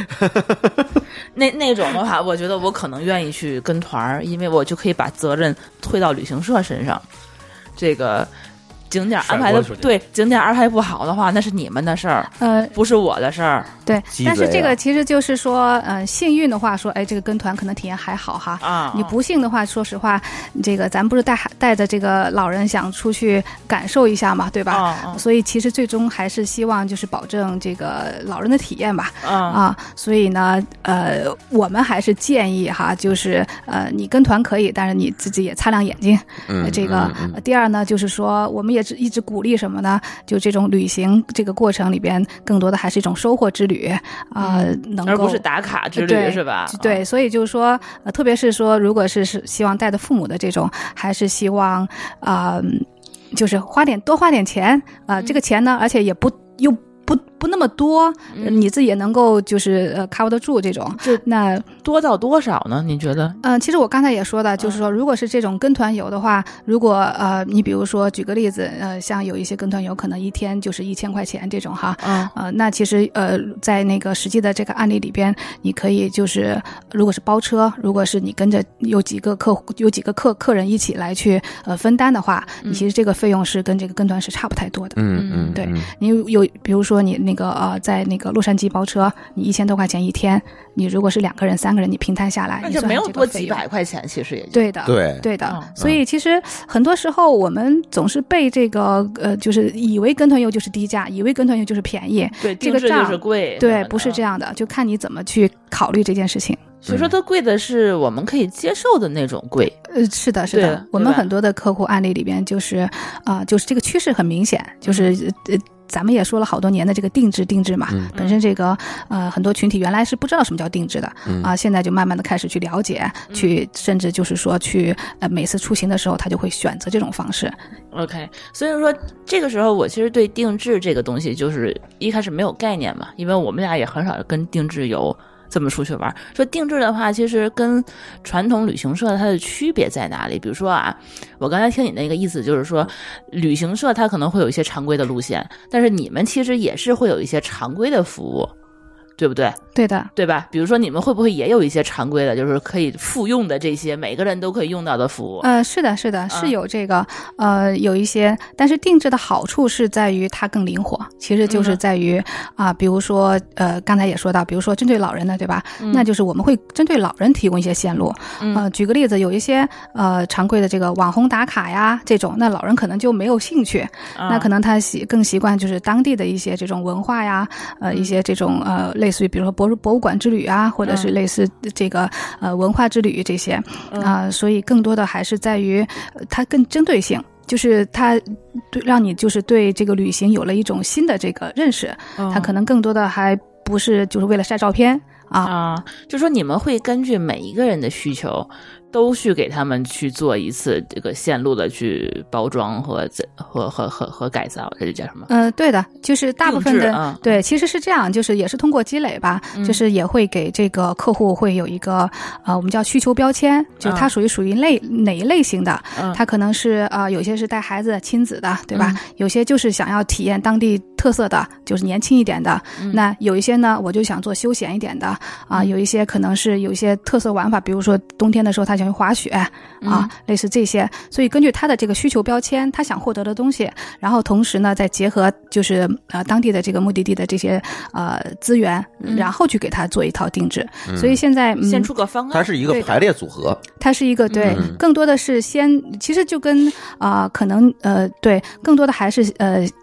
那种的话，我觉得我可能愿意去跟团，因为我就可以把责任推到旅行社身上。这个景点安排的对，景点安排不好的话，那是你们的事儿，不是我的事儿。 对，但是这个其实就是说，幸运的话说，哎，这个跟团可能体验还好哈。啊，你不幸的话，说实话，这个咱不是带着这个老人想出去感受一下嘛，对吧？所以其实最终还是希望就是保证这个老人的体验吧。所以呢，我们还是建议哈，就是你跟团可以，但是你自己也擦亮眼睛。这个第二呢，就是说我们也一直鼓励什么呢？就这种旅行这个过程里边，更多的还是一种收获之旅能够而不是打卡之旅，是吧？ 对，所以就是说，特别是说，如果是希望带着父母的这种，还是希望就是多花点钱这个钱呢，而且也不那么多，你自己也能够就是cover得住这种。那多到多少呢？你觉得？ 其实我刚才也说的，就是说，如果是这种跟团游的话，如果你比如说举个例子，像有一些跟团游可能一天就是1000块钱这种哈，那其实在那个实际的这个案例里边，你可以就是如果是包车，如果是你跟着有几个客人一起来去分担的话，你其实这个费用是跟这个跟团是差不太多的。对，你有比如说你那个在那个洛杉矶包车，你1000多块钱一天，你如果是2个人3个人，你平摊下来， 那就没有多几百块钱，其实也对的，对的。所以其实很多时候我们总是被这个就是以为跟团游就是低价，以为跟团游就是便宜， 对， 这个账就是贵， 对，不是这样的，就看你怎么去考虑这件事情。 所以说它贵的是我们可以接受的那种贵。 是的，是的。我们很多的客户案例里边就是就是这个趋势很明显，就是咱们也说了好多年的这个定制嘛，本身这个很多群体原来是不知道什么叫定制的现在就慢慢的开始去了解，去甚至就是说去每次出行的时候他就会选择这种方式。 OK， 所以说这个时候我其实对定制这个东西就是一开始没有概念嘛，因为我们俩也很少跟定制有这么出去玩。说定制的话，其实跟传统旅行社它的区别在哪里？比如说我刚才听你那个意思就是说，旅行社它可能会有一些常规的路线，但是你们其实也是会有一些常规的服务，对不对？ 对的， 对吧？比如说你们会不会也有一些常规的，就是可以复用的这些每个人都可以用到的服务？ 是的，是有这个有一些，但是定制的好处是在于它更灵活，其实就是在于比如说刚才也说到，比如说针对老人的，对吧？那就是我们会针对老人提供一些线路。举个例子，有一些常规的这个网红打卡呀这种，那老人可能就没有兴趣，那可能他更习惯就是当地的一些这种文化呀，一些这种类似于比如说博物馆之旅啊，或者是类似这个文化之旅这些所以更多的还是在于它更针对性，就是它让你就是对这个旅行有了一种新的这个认识，它可能更多的还不是就是为了晒照片就说你们会根据每一个人的需求都去给他们去做一次这个线路的去包装和改造，这叫什么？ 对的，就是大部分的对，其实是这样，就是也是通过积累吧，就是也会给这个客户会有一个我们叫需求标签，就是它属于哪一类型的，它可能是有些是带孩子亲子的，对吧？有些就是想要体验当地特色的，就是年轻一点的，那有一些呢我就想做休闲一点的有一些可能是有一些特色玩法，比如说冬天的时候他想去滑雪类似这些，所以根据他的这个需求标签，他想获得的东西，然后同时呢再结合就是当地的这个目的地的这些资源，然后去给他做一套定制。所以现在先出个方案， 它是一个排列组合， 它是一个对，更多的是其实就跟可能对，更多的还是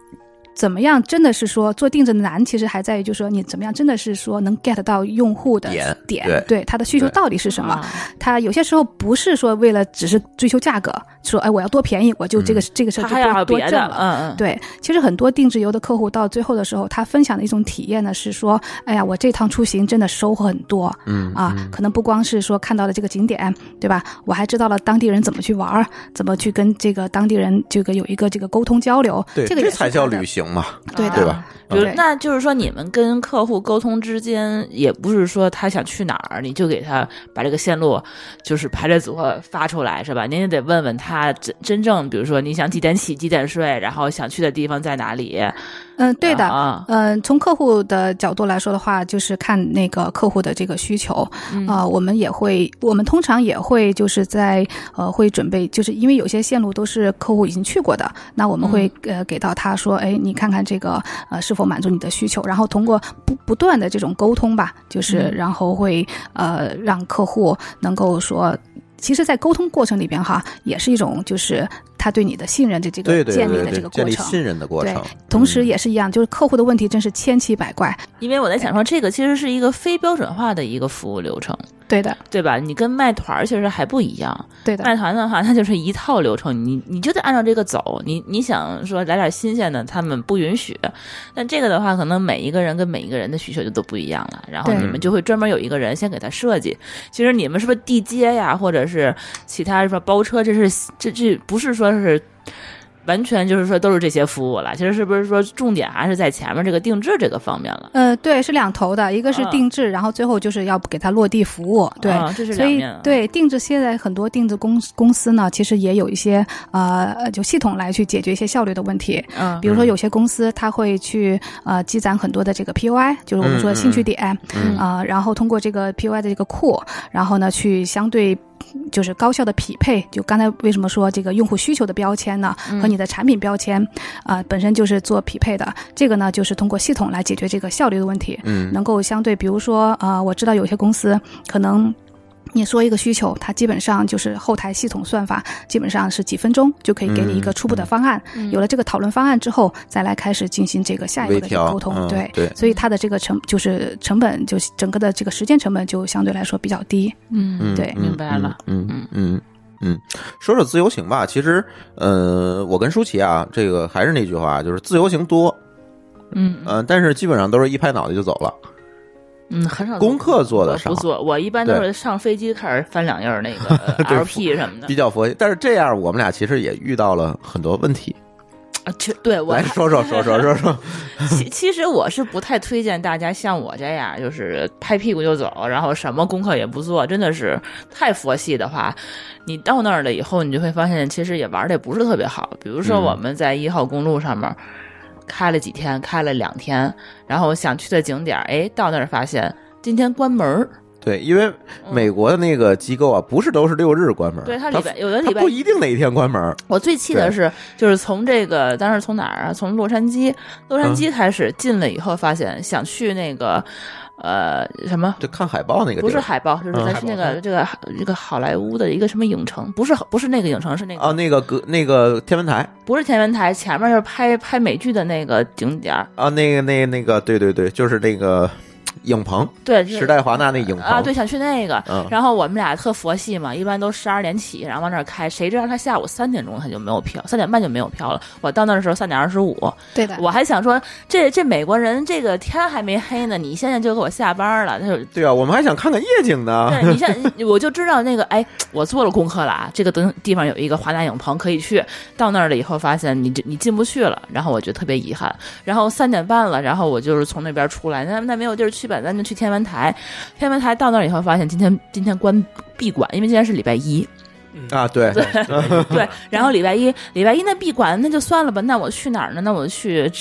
怎么样真的是说做定制的难，其实还在于就是说你怎么样真的是说能 get 到用户的点，对他的需求到底是什么。他有些时候不是说为了只是追求价格，说我要多便宜，我就这个事就多挣了。对，其实很多定制游的客户到最后的时候，他分享的一种体验呢是说，哎呀，我这趟出行真的收获很多，可能不光是说看到了这个景点，对吧？我还知道了当地人怎么去玩，怎么去跟这个当地人这个有一个这个沟通交流， 对， 这个这才叫旅行嘛， 对吧？ 比如，那就是说，你们跟客户沟通之间，也不是说他想去哪儿，你就给他把这个线路就是排列组合发出来，是吧？您也得问问他真正，比如说你想几点起几点睡，然后想去的地方在哪里。 对的，从客户的角度来说的话，就是看那个客户的这个需求，我们通常也会就是在会准备，就是因为有些线路都是客户已经去过的，那我们会给到他说，哎，你看看这个是否满足你的需求，然后通过不断的这种沟通吧，就是然后会让客户能够说。其实在沟通过程里边哈，也是一种就是他对你的信任的这个建立的这个过程， 建立信任的过程。 对，同时也是一样，就是客户的问题真是千奇百怪。 因为我在想说，这个其实是一个非标准化的一个服务流程。 对的， 对吧？你跟卖团其实还不一样。 对的， 卖团的话，它就是一套流程，你就得按照这个走。你想说来点新鲜的，他们不允许。但这个的话，可能每一个人跟每一个人的需求就都不一样了。然后你们就会专门有一个人先给他设计。其实你们是不是地接呀，或者是其他什么包车？这不是说是。完全就是说都是这些服务了，其实是不是说重点还是在前面这个定制这个方面了？ 对，是两头的，一个是定制，然后最后就是要给它落地服务。对， 这是两面。 所以对定制，现在很多定制公司呢，其实也有一些就系统来去解决一些效率的问题。比如说有些公司它会去积攒很多的这个 POI， 就是我们说兴趣点，然后通过这个 POI 的这个库，然后呢去相对。就是高效的匹配，就刚才为什么说这个用户需求的标签呢，和你的产品标签本身就是做匹配的。这个呢，就是通过系统来解决这个效率的问题，能够相对，比如说我知道有些公司可能。你说一个需求，它基本上就是后台系统算法，基本上是几分钟就可以给你一个初步的方案。有了这个讨论方案之后，再来开始进行这个下一步的这个沟通。对，所以它的这个成本，就整个的这个时间成本就相对来说比较低。对， 明白了。 说说自由行吧。其实，我跟舒淇啊，这个还是那句话，就是自由行多，但是基本上都是一拍脑袋就走了。 很少功课做的少， 不做。我一般都是上飞机开始翻两页那个 LP 什么的， 比较佛系。但是这样，我们俩其实也遇到了很多问题。 对，我来说。 其实我是不太推荐大家像我这样，就是拍屁股就走，然后什么功课也不做，真的是太佛系的话，你到那儿了以后，你就会发现其实也玩的也不是特别好。比如说我们在1号公路上面。开了几天，开了2天，然后想去的景点，到那儿发现今天关门。对， 因为美国的那个机构啊，不是都是6日关门， 对，它有的礼拜不一定哪一天关门。 我最气的是，就是从这个当时从哪儿啊？从洛杉矶开始进了以后，发现想去那个。什么？ 就看海报那个？ 不是海报，就是咱是那个这个好莱坞的一个什么影城，不是那个影城，是那个那个天文台， 不是天文台，前面是拍美剧的那个景点啊，那个，对，就是那个。影棚， 对， 时代华纳那影棚啊，对，想去那个。然后我们俩特佛系嘛，一般都12点起，然后往那儿开。谁知道他下午3点钟他就没有票，3点半就没有票了。我到那的时候3点25， 对的。 我还想说，这美国人这个天还没黑呢，你现在就给我下班了。他说， 对啊，我们还想看看夜景呢。 对，你现在我就知道那个，我做了功课了啊，这个地方有一个华纳影棚可以去。到那儿了以后发现你进不去了，然后我觉得特别遗憾。然后3点半了，然后我就是从那边出来，那没有地儿去。咱就去天文台到那儿以后发现今天闭馆，因为今天是礼拜一啊，对对，然后礼拜一那闭馆，那就算了吧。那我去哪儿呢？那我去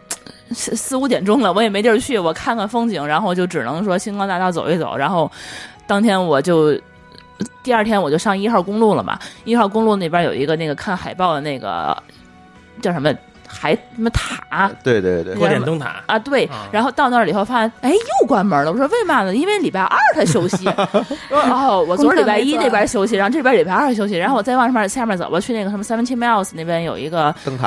4、5点钟了，我也没地儿去，我看看风景，然后就只能说星光大道走一走。然后当天第二天我就上1号公路了嘛。1号公路那边有一个那个看海报的那个叫什么？什么塔？ 对， 国点灯塔啊，对。然后到那儿以后发现，又关门了。我说为嘛呢？因为礼拜2他休息。我昨儿礼拜1那边休息，然后这边礼拜2休息，然后我再往下面走，我去那个什么70 miles 那边有一个灯塔。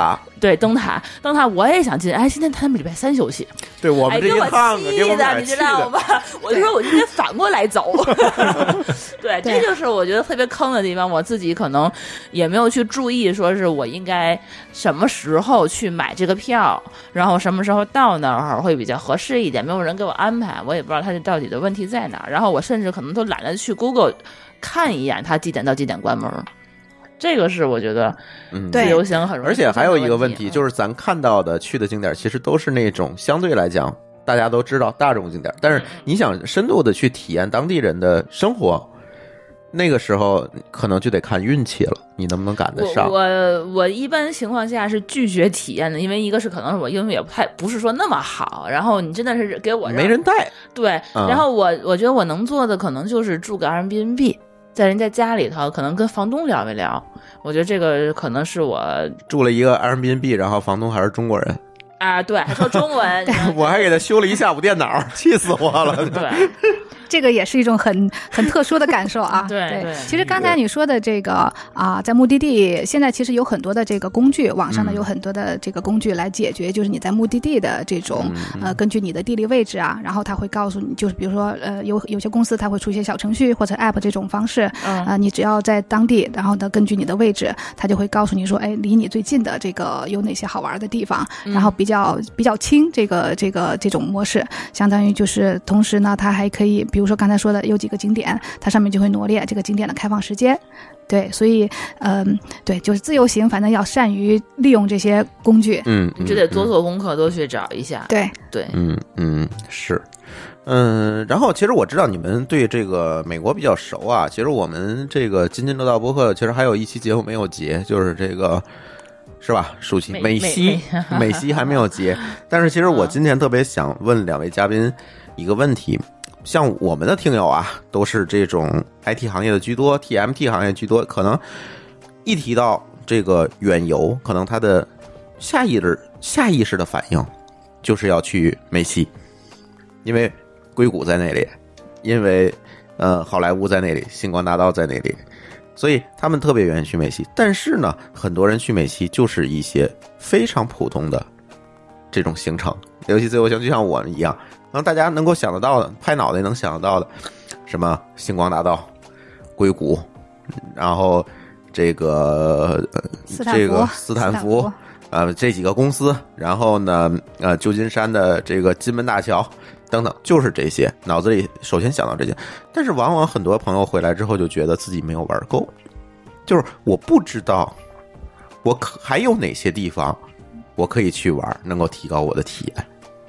对，灯塔我也想进，哎，今天他们礼拜3休息， 对我们这一趟给我气的，你知道吗？我就说我今天反过来走。对，这就是我觉得特别坑的地方，我自己可能也没有去注意，说是我应该什么时候去买这个票，然后什么时候到那儿会比较合适一点，没有人给我安排，我也不知道他这到底的问题在哪儿，然后我甚至可能都懒得去 Google 看一眼他几点到几点关门。这个是我觉得自由行很容易， 而且还有一个问题，就是咱看到的去的景点其实都是那种相对来讲大家都知道大众景点，但是你想深度的去体验当地人的生活，那个时候可能就得看运气了，你能不能赶得上。 我一般情况下是拒绝体验的，因为一个是可能是我英语也不是说那么好，然后你真的是给我没人带， 对，然后我觉得我能做的可能就是住个 Airbnb， 在人家家里头，可能跟房东聊一聊，我觉得这个可能是我住了一个 Airbnb， 然后房东还是中国人啊，对，还说中文， 我还给他修了一下午电脑，气死我了。 对。 这个也是一种很特殊的感受啊。 对， 其实刚才你说的这个啊，在目的地现在其实有很多的这个工具，网上呢有很多的这个工具来解决，就是你在目的地的这种根据你的地理位置啊，然后他会告诉你，就是比如说有些公司他会出一些小程序或者 app 这种方式，你只要在当地，然后呢根据你的位置，他就会告诉你说，哎，离你最近的这个有哪些好玩的地方，然后比较轻这种模式，相当于就是同时呢，它还可以比如说刚才说的有几个景点，它上面就会罗列这个景点的开放时间。对，所以对，就是自由行，反正要善于利用这些工具， 你就得多做功课，多去找一下。 对， 是。然后其实我知道你们对这个美国比较熟啊。其实我们这个津津乐道播客其实还有一期节目没有结，就是这个是吧？暑期美西还没有结。但是其实我今天特别想问两位嘉宾一个问题。像我们的听友啊，都是这种 IT 行业的居多 ，TMT 行业居多，可能一提到这个远游，可能他的下意识的反应就是要去美西，因为硅谷在那里，因为好莱坞在那里，星光大道在那里，所以他们特别愿意去美西。但是呢，很多人去美西就是一些非常普通的这种行程，尤其自由行，就像我们一样。然后大家能够想得到的，拍脑袋能想得到的，什么星光大道、硅谷，然后这个斯坦福这几个公司，然后呢旧金山的这个金门大桥等等，就是这些，脑子里首先想到这些。但是往往很多朋友回来之后就觉得自己没有玩够，就是我不知道我还有哪些地方我可以去玩，能够提高我的体验。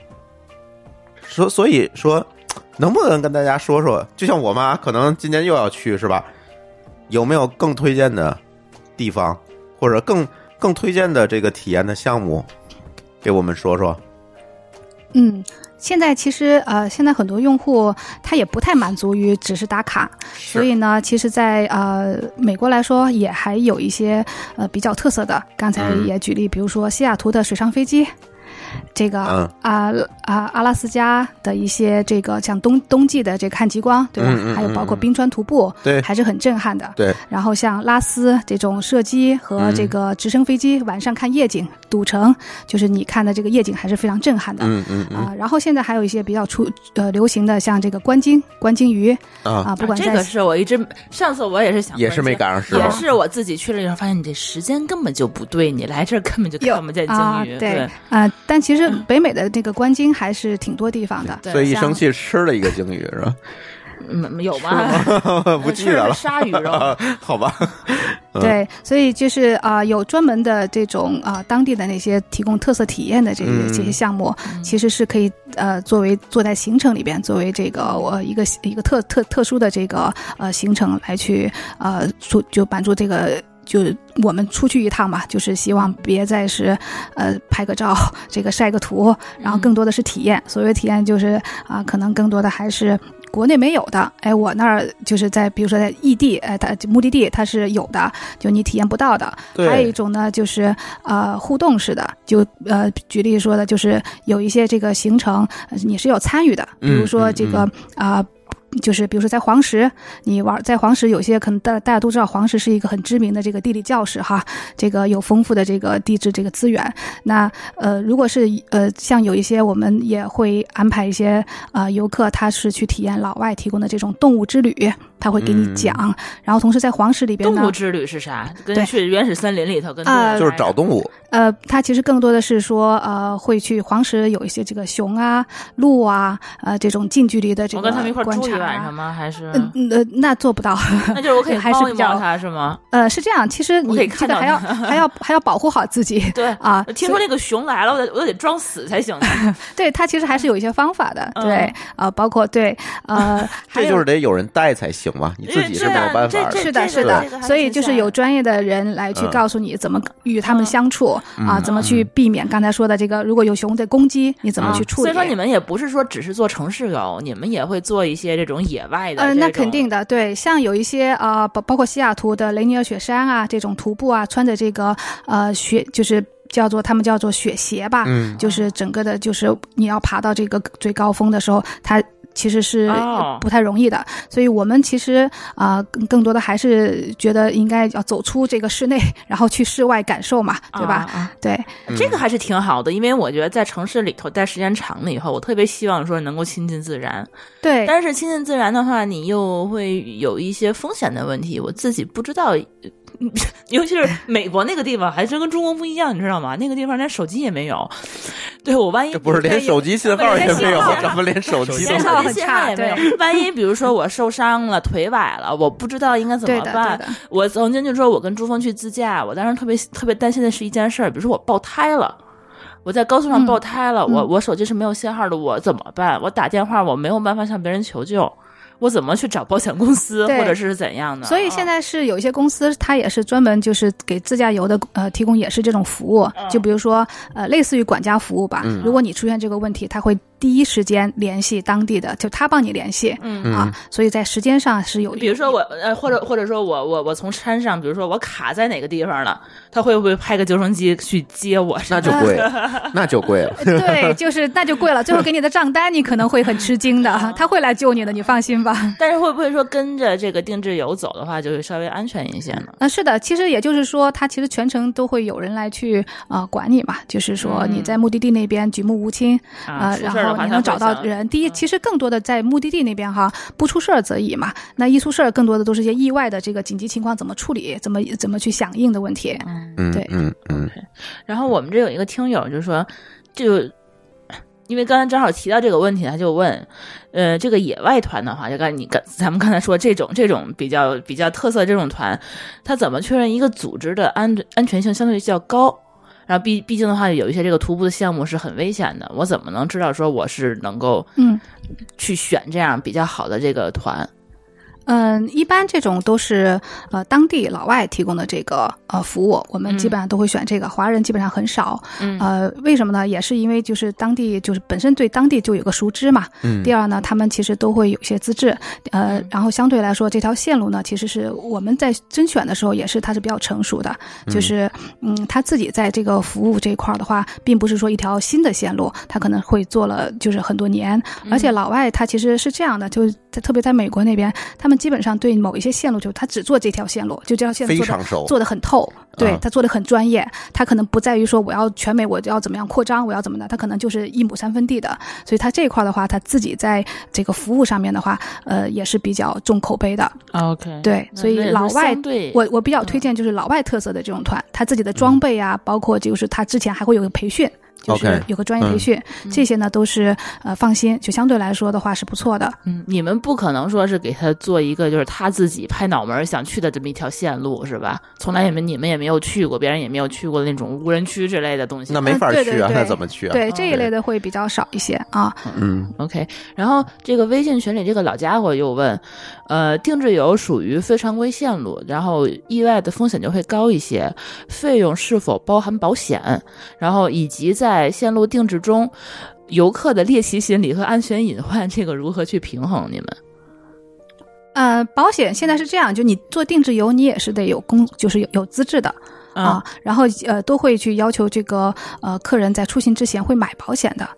所以说，能不能跟大家说说？就像我妈可能今年又要去，是吧？有没有更推荐的地方，或者更推荐的这个体验的项目，给我们说说？ 现在其实现在很多用户他也不太满足于只是打卡，所以呢，其实在美国来说也还有一些比较特色的。刚才也举例，比如说西雅图的水上飞机。这个阿拉斯加的一些这个像冬季的这个看极光，对吧？还有包括冰川徒步， 对， 还是很震撼的。 对。 然后像拉斯这种射击和这个直升飞机晚上看夜景，赌城就是你看的这个夜景还是非常震撼的。然后现在还有一些比较流行的，像这个观鲸鱼不管在这个是我一直上次我也是想， 也是没赶上时候， 也是我自己去了以后发现你这时间根本就不对，你来这儿根本就看不见鲸鱼。 对但其实北美的这个观鲸还是挺多地方的， 所以一生气吃了一个鲸鱼是吧？ 有吗？ 不记得了， 鲨鱼肉。 好吧。 对，所以就是有专门的这种当地的那些提供特色体验的这些项目，其实是可以做在行程里边，作为这个一个特殊的这个行程来去就满足这个。就我们出去一趟嘛，就是希望别再是拍个照，这个晒个图，然后更多的是体验。所谓体验就是可能更多的还是国内没有的，我那儿就是比如说在异地，它目的地它是有的，就你体验不到的。还有一种呢，就是互动式的，就举例说的，就是有一些这个行程你是有参与的，比如说这个就是比如说在黄石，你玩在黄石，有些可能大家都知道，黄石是一个很知名的这个地理教室哈，这个有丰富的这个地质这个资源。那如果是像有一些我们也会安排一些游客，他是去体验老外提供的这种动物之旅，他会给你讲。然后同时在黄石里边呢， 动物之旅是啥？跟去原始森林里头跟就是找动物。 它其实更多的是说会去黄石有一些这个熊啊、鹿啊这种近距离的这个我跟他们一块观察。 住一晚上吗？还是那做不到。 那就是我可以还是比较抱它是吗？ 是这样，其实你这个还要保护好自己。 对啊， 听说那个熊来了，我得装死才行。 对，它其实还是有一些方法的。对包括对这就是得有人带才行嘛，你自己是没有办法的。 是的，是的，所以就是有专业的人来去告诉你怎么与他们相处怎么去避免刚才说的这个，如果有熊的攻击，你怎么去处理？ 所以说你们也不是说只是做城市游，你们也会做一些这种野外的。 那肯定的，对，像有一些包括西雅图的雷尼尔雪山啊，这种徒步啊，穿着这个雪就是他们叫做雪鞋吧，就是整个的，就是你要爬到这个最高峰的时候，它其实是不太容易的，所以我们其实更多的还是觉得应该要走出这个室内，然后去室外感受嘛，对吧？对， 这个还是挺好的，因为我觉得在城市里头待时间长了以后，我特别希望说能够亲近自然。 对， 但是亲近自然的话，你又会有一些风险的问题，我自己不知道。尤其是美国那个地方还真跟中国不一样，你知道吗？那个地方连手机也没有。对，我万一这不是连手机信号也没有，怎么连手机信号也没有？万一比如说我受伤了，腿崴了，我不知道应该怎么办。我曾经就说我跟珠峰去自驾，我当时特别担心的是一件事，比如说我爆胎了。我在高速上爆胎了，我手机是没有信号的，我怎么办？我打电话我没有办法向别人求救。我怎么去找保险公司或者是怎样的？ 所以现在是有一些公司，它也是专门就是给自驾游的提供也是这种服务，就比如说类似于管家服务吧。如果你出现这个问题，他会第一时间联系当地的，就他帮你联系所以在时间上是有。 比如说我或者说我从山上，比如说我卡在哪个地方了，他会不会派个救生机去接我？ 那就贵了，那就贵了。 对，就是那就贵了，最后给你的账单你可能会很吃惊的，他会来救你的，你放心吧。 但是会不会说跟着这个定制游走的话，就会稍微安全一些呢？ 是的，其实也就是说，他其实全程都会有人来去管你嘛，就是说你在目的地那边举目无亲然后你能找到人。第一，其实更多的在目的地那边不出事儿则已嘛。那一出事儿，更多的都是一些意外的这个紧急情况怎么处理，怎么去响应的问题。对， 然后我们这有一个听友就说，因为刚才正好提到这个问题，他就问，这个野外团的话，就咱们刚才说这种比较特色的这种团，他怎么确认一个组织的安全性相对较高？然后毕竟的话，有一些这个徒步的项目是很危险的，我怎么能知道说我是能够去选这样比较好的这个团？ 一般这种都是当地老外提供的这个服务，我们基本上都会选这个，华人基本上很少。为什么呢？也是因为就是当地就是本身对当地就有个熟知嘛。第二呢，他们其实都会有一些资质。然后相对来说，这条线路呢，其实是我们在甄选的时候也是它是比较成熟的，就是他自己在这个服务这一块的话，并不是说一条新的线路，他可能会做了就是很多年。而且老外他其实是这样的，就是特别在美国那边，他们基本上对某一些线路，就他只做这条线路，就这条线路做得很透，对，他做得很专业，他可能不在于说我要全美我要怎么样扩张，我要怎么的，他可能就是1亩3分地的，所以他这一块的话，他自己在这个服务上面的话，也是比较重口碑的。 OK， 对，所以老外我比较推荐就是老外特色的这种团，他自己的装备啊，包括就是他之前还会有个培训。就是有个专业培训，这些呢都是放心，就相对来说的话是不错的。 你们不可能说是给他做一个就是他自己拍脑门想去的这么一条线路是吧？从来你们也没有去过，别人也没有去过那种无人区之类的东西， 那没法去啊，那怎么去啊？ 对，这一类的会比较少一些啊。 OK， 然后这个微信群里这个老家伙又问，定制游属于非常规线路，然后意外的风险就会高一些，费用是否包含保险？然后以及在线路定制中，游客的猎奇心理和安全隐患，这个如何去平衡？你们？ 保险现在是这样，就你做定制游，你也是得就是有资质的然后都会去要求这个客人在出行之前会买保险的。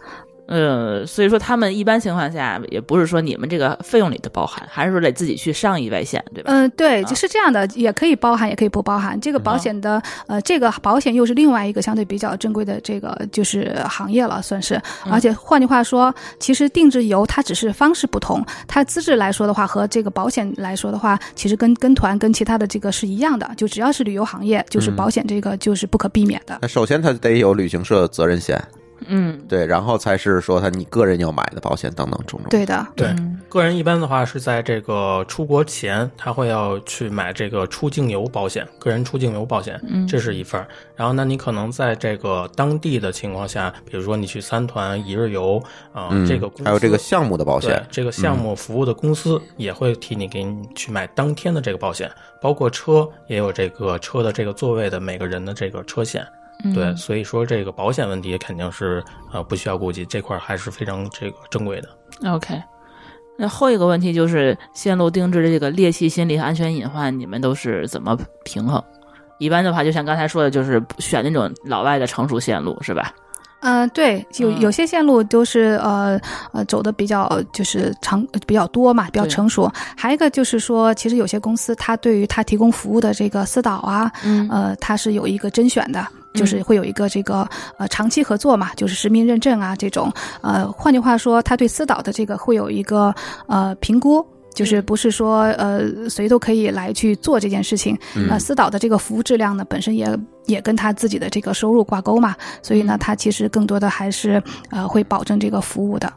所以说他们一般情况下也不是说你们这个费用里的包含，还是说得自己去上意外险，对吧？ 对，就是这样的，也可以包含，也可以不包含。这个保险的，这个保险又是另外一个相对比较正规的这个就是行业了，算是。而且换句话说，其实定制游它只是方式不同，它资质来说的话和这个保险来说的话，其实跟团跟其他的这个是一样的，就只要是旅游行业，就是保险这个就是不可避免的。 那首先它得有旅行社责任险。对，然后才是说你个人要买的保险等等种种。 对的， 对，个人一般的话是在这个出国前，他会要去买这个出境游保险，个人出境游保险，这是一份。然后呢，你可能在这个当地的情况下，比如说你去参团一日游这个公司还有这个项目的保险， 对，这个项目服务的公司也会替你给你去买当天的这个保险，包括车也有这个车的这个座位的每个人的这个车险。对，所以说这个保险问题肯定是不需要顾及，这块还是非常这个正规的。 OK， 那后一个问题就是线路定制的这个猎奇心理和安全隐患，你们都是怎么平衡？一般的话，就像刚才说的，就是选那种老外的成熟线路，是吧？ 对，有些线路都是走的比较就是比较多嘛，比较成熟。还有一个就是说，其实有些公司它对于它提供服务的这个私导啊，它是有一个甄选的。就是会有一个这个长期合作嘛，就是实名认证啊这种。换句话说，他对私导的这个会有一个评估。就是不是说谁都可以来去做这件事情。私导的这个服务质量呢，本身也跟他自己的这个收入挂钩嘛，所以呢，他其实更多的还是会保证这个服务的。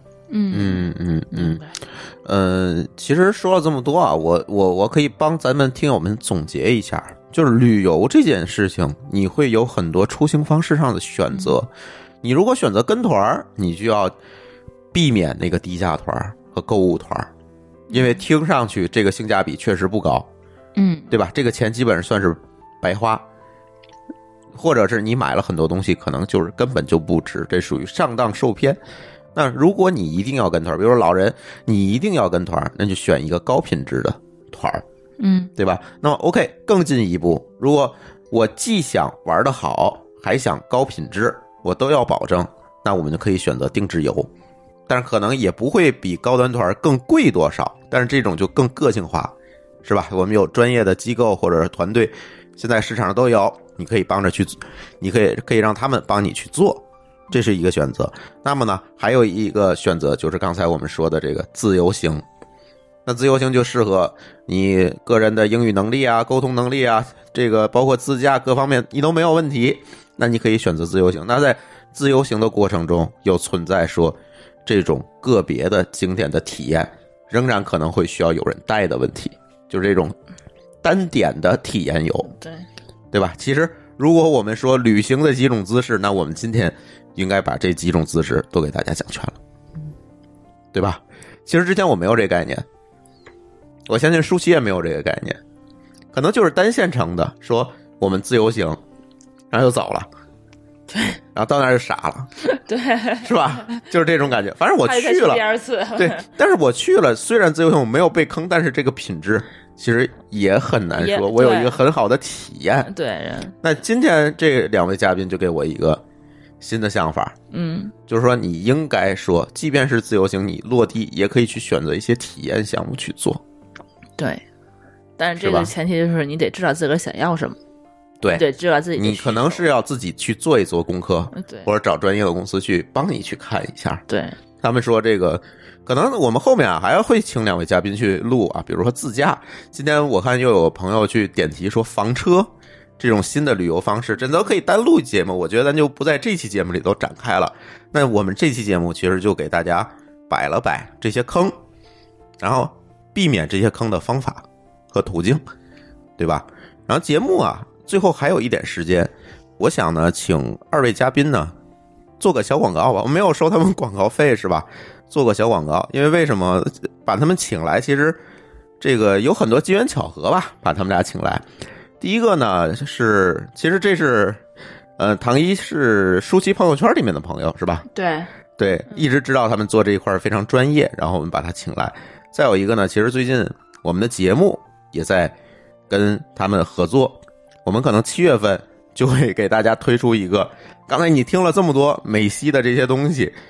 其实说了这么多啊，我可以帮咱们听友们总结一下，就是旅游这件事情，你会有很多出行方式上的选择。你如果选择跟团，你就要避免那个低价团和购物团，因为听上去这个性价比确实不高，对吧？这个钱基本上算是白花，或者是你买了很多东西，可能就是根本就不值，这属于上当受骗。那如果你一定要跟团，比如说老人，你一定要跟团，那就选一个高品质的团，对吧？那么 OK， 更进一步，如果我既想玩得好，还想高品质，我都要保证，那我们就可以选择定制游，但是可能也不会比高端团更贵多少，但是这种就更个性化，是吧？我们有专业的机构或者是团队，现在市场上都有，你可以帮着去，你可以让他们帮你去做。这是一个选择。那么呢，还有一个选择就是刚才我们说的这个自由行。那自由行就适合你个人的英语能力啊、沟通能力啊，这个包括自驾各方面你都没有问题，那你可以选择自由行。那在自由行的过程中，又存在说这种个别的景点的体验，仍然可能会需要有人带的问题，就是这种单点的体验游，对吧？其实如果我们说旅行的几种姿势，那我们今天应该把这几种姿势都给大家讲全了，对吧？其实之前我没有这个概念，我相信舒淇也没有这个概念，可能就是单线程的，说我们自由行，然后就走了， 对， 然后到那儿就傻了， 对， 是吧？就是这种感觉。反正我去了， 第二次， 对，但是我去了，虽然自由行我没有被坑，但是这个品质其实也很难说我有一个很好的体验。 对， 那今天这两位嘉宾就给我一个新的想法，就是说你应该说，即便是自由行，你落地也可以去选择一些体验项目去做。 对，但是这个前提就是你得知道自个儿想要什么。 对， 对，知道自己你可能是要自己去做一做功课， 对， 或者找专业的公司去帮你去看一下。 对， 他们说这个可能我们后面还会请两位嘉宾去录啊，比如说自驾。今天我看又有朋友去点题说房车这种新的旅游方式，这都可以单录节目，我觉得咱就不在这期节目里头展开了。那我们这期节目其实就给大家摆了摆这些坑，然后避免这些坑的方法和途径，对吧？然后节目啊，最后还有一点时间，我想呢，请二位嘉宾呢做个小广告吧，我没有收他们广告费是吧？做个小广告，因为为什么把他们请来？其实这个有很多机缘巧合吧，把他们俩请来。第一个呢是，其实这是，唐一是舒淇朋友圈里面的朋友是吧？ 对对，一直知道他们做这一块非常专业，然后我们把他请来。再有一个呢，其实最近我们的节目也在跟他们合作，我们可能7月份就会给大家推出一个，刚才你听了这么多美西的这些东西，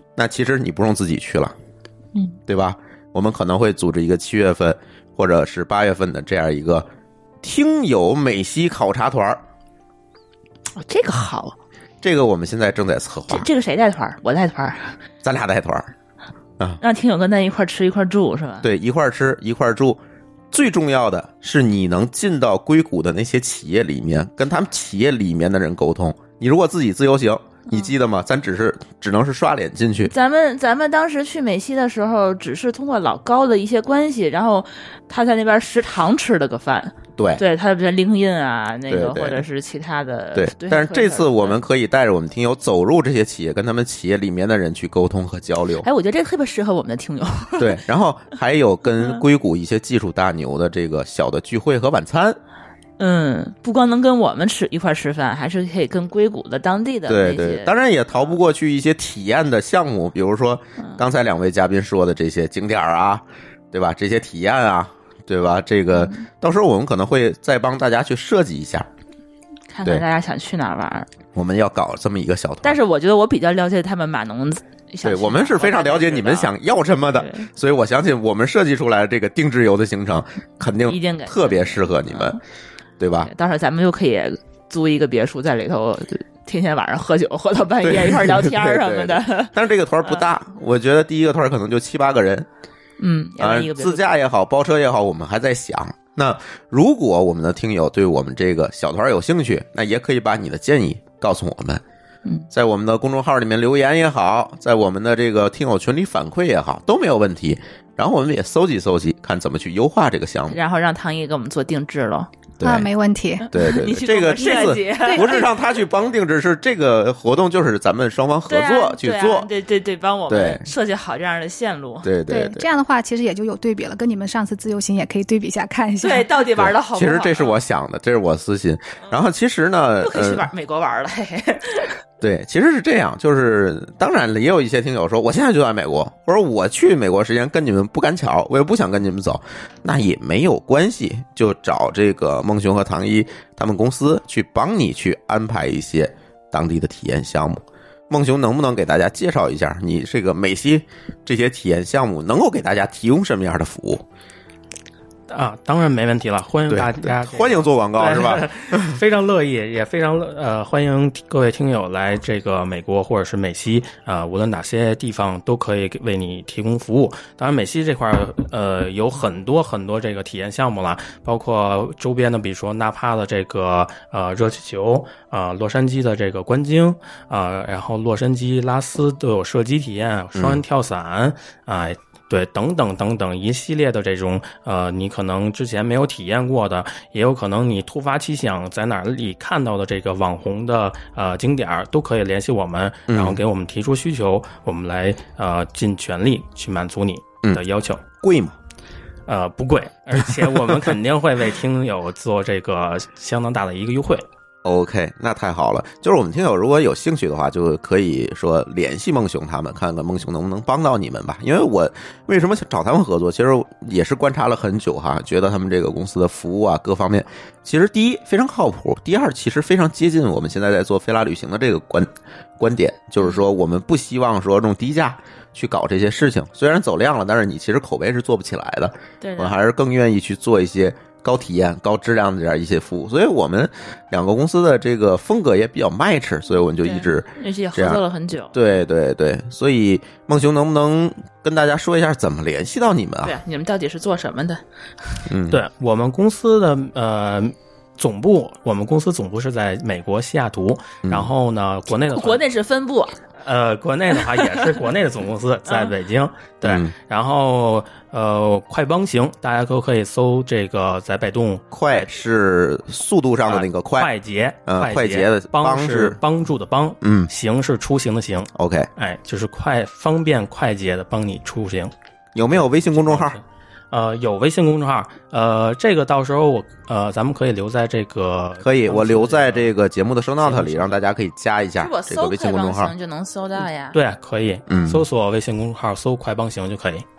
那其实你不用自己去了，对吧？我们可能会组织一个7月份或者是8月份的这样一个听友美西考察团。 哦，这个好， 这个我们现在正在策划。 这个谁带团？我带团， 咱俩带团啊， 让听友跟咱一块吃一块住是吧？ 对，一块吃一块住。最重要的是你能进到硅谷的那些企业里面，跟他们企业里面的人沟通。你如果自己自由行，你记得吗？咱只能是刷脸进去。 咱们当时去美西的时候，只是通过老高的一些关系，然后他在那边食堂吃了个饭。对，他比如LinkedIn啊，那个或者是其他的。 对，但是这次我们可以带着我们听友走入这些企业，跟他们企业里面的人去沟通和交流。 哎，我觉得这个特别适合我们的听友。 对，然后还有跟硅谷一些技术大牛的这个小的聚会和晚餐。 不光能跟我们一块吃饭，还是可以跟硅谷的当地的那些。 对，当然也逃不过去一些体验的项目，比如说刚才2位嘉宾说的这些景点啊，对吧？这些体验啊，对吧？这个到时候我们可能会再帮大家去设计一下， 看看大家想去哪儿玩。 我们要搞这么一个小团。 但是我觉得我比较了解他们码农。 对，我们是非常了解你们想要什么的，所以我相信我们设计出来这个定制游的行程肯定特别适合你们。对吧？ 到时候咱们就可以租一个别墅，在里头天天晚上喝酒，喝到半夜一块聊天什么的。 对，但是这个团不大，我觉得第一个团可能就7、8个人。自驾也好，包车也好，我们还在想。那如果我们的听友对我们这个小团有兴趣，那也可以把你的建议告诉我们。在我们的公众号里面留言也好，在我们的这个听友群里反馈也好，都没有问题。然后我们也搜集，看怎么去优化这个项目。 然后让唐毅给我们做定制咯。 没问题。 对，这次不是让他去帮定制，是这个活动就是咱们双方合作去做。 对，帮我们设计好这样的线路。 对， 这样的话其实也就有对比了，跟你们上次自由行也可以对比一下看一下。 对，到底玩的好不好？ 其实这是我想的，这是我私心。然后其实呢， 不可以去美国玩了。嘿嘿。 对，其实是这样，就是当然了，也有一些听友说，我现在就在美国，或者我去美国时间跟你们不赶巧，我也不想跟你们走，那也没有关系，就找这个孟雄和唐一他们公司去帮你去安排一些当地的体验项目。孟雄能不能给大家介绍一下，你这个美西这些体验项目能够给大家提供什么样的服务？ 当然没问题了，欢迎大家， 欢迎做广告是吧？ 非常乐意，也非常欢迎各位听友来这个美国或者是美西无论哪些地方都可以为你提供服务。当然，美西这块有很多这个体验项目了，包括周边的，比如说纳帕的这个热气球洛杉矶的这个观鲸然后洛杉矶、拉斯都有射击体验、双人跳伞对，等等一系列的这种你可能之前没有体验过的，也有可能你突发奇想在哪里看到的这个网红的景点都可以联系我们，然后给我们提出需求，我们来尽全力去满足你的要求。 贵吗？ 不贵，而且我们肯定会为听友做这个相当大的一个优惠。 OK， 那太好了。就是我们听友如果有兴趣的话，就可以说联系孟雄他们，看看孟雄能不能帮到你们吧。因为我为什么找他们合作，其实也是观察了很久哈，觉得他们这个公司的服务啊各方面，其实第一非常靠谱，第二其实非常接近我们现在在做飞拉旅行的这个观点，就是说我们不希望说用低价去搞这些事情，虽然走量了，但是你其实口碑是做不起来的。 对， 我还是更愿意去做一些高体验、高质量的这样一些服务，所以我们两个公司的这个风格也比较 match， 所以我们就一直而且合作了很久。 对，所以孟雄能不能跟大家说一下怎么联系到你们啊？ 对，你们到底是做什么的？ 对，我们公司的总部，我们公司总部是在美国西雅图，然后呢，国内是分部。 国内的话也是国内的总公司在北京，对，然后快帮行，大家都可以搜这个在百度， 快是速度上的那个快， 快捷， 快捷的帮是帮助的帮，行是出行的行 ，OK， 就是方便快捷的帮你出行。 有没有微信公众号？ 有微信公众号，这个到时候咱们可以留在这个， 可以，我留在这个节目的 show note 里，让大家可以加一下这个微信公众号， 就能搜到呀。 对，可以，搜索微信公众号，搜快帮行就可以。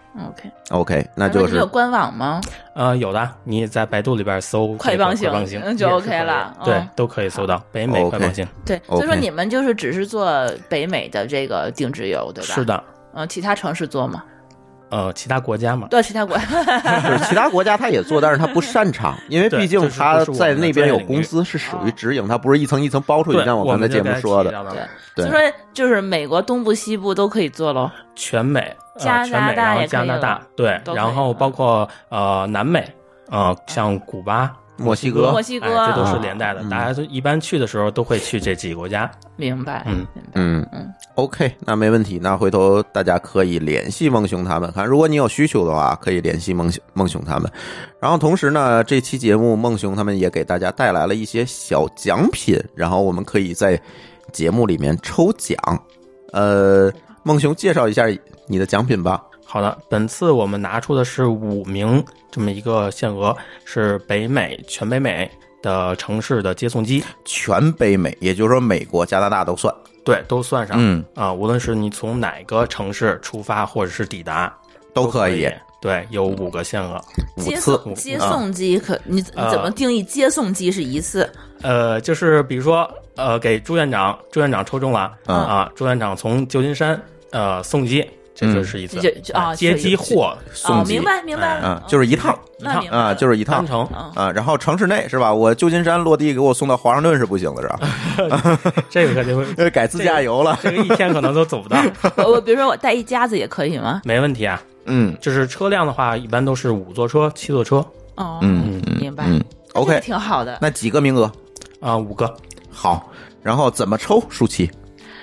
OK， 那就是你有官网吗？ 有的，你在百度里边搜快棒星就 OK 了， 对，都可以搜到北美快棒星。 对，所以说你们就是只是做北美的这个定制游，对吧？ 是的。 其他城市做吗？ 其他国家嘛， 对，其他国家， 就是其他国家他也做，但是他不擅长，因为毕竟他在那边有公司是属于直营，他不是一层一层包出去，像我刚才节目说的。 对，所以说就是美国东部西部都可以做喽， 全美， 加拿大也可以， 加拿大对，然后包括南美，像古巴。 墨西哥， 这都是连带的。大家都一般去的时候都会去这几个国家。 明白， OK， 那没问题。那回头大家可以联系孟雄他们，看如果你有需求的话，可以联系孟雄他们。然后同时呢，这期节目孟雄他们也给大家带来了一些小奖品，然后我们可以在节目里面抽奖。孟雄介绍一下你的奖品吧。 好的，本次我们拿出的是5名这么一个限额，是全北美的城市的接送机， 全北美，也就是说美国、加拿大都算， 对，都算上。无论是你从哪个城市出发或者是抵达， 都可以。 对，有5个限额 ，5次。 接送机你怎么定义接送机是一次？ 就是比如说给朱院长抽中了朱院长从旧金山送机。这就是一次接机货送机， 明白就是一趟就是一趟单程然后城市内是吧？我旧金山落地给我送到华盛顿是不行的，是吧？ 这个肯定会改自驾游了， 这个一天可能都走不到。 我比如说我带一家子也可以吗？ 没问题啊，就是车辆的话，一般都是5座车、7座车。 明白 ，OK， 挺好的。 那几个名额 ？5个。 好，然后怎么抽？舒淇？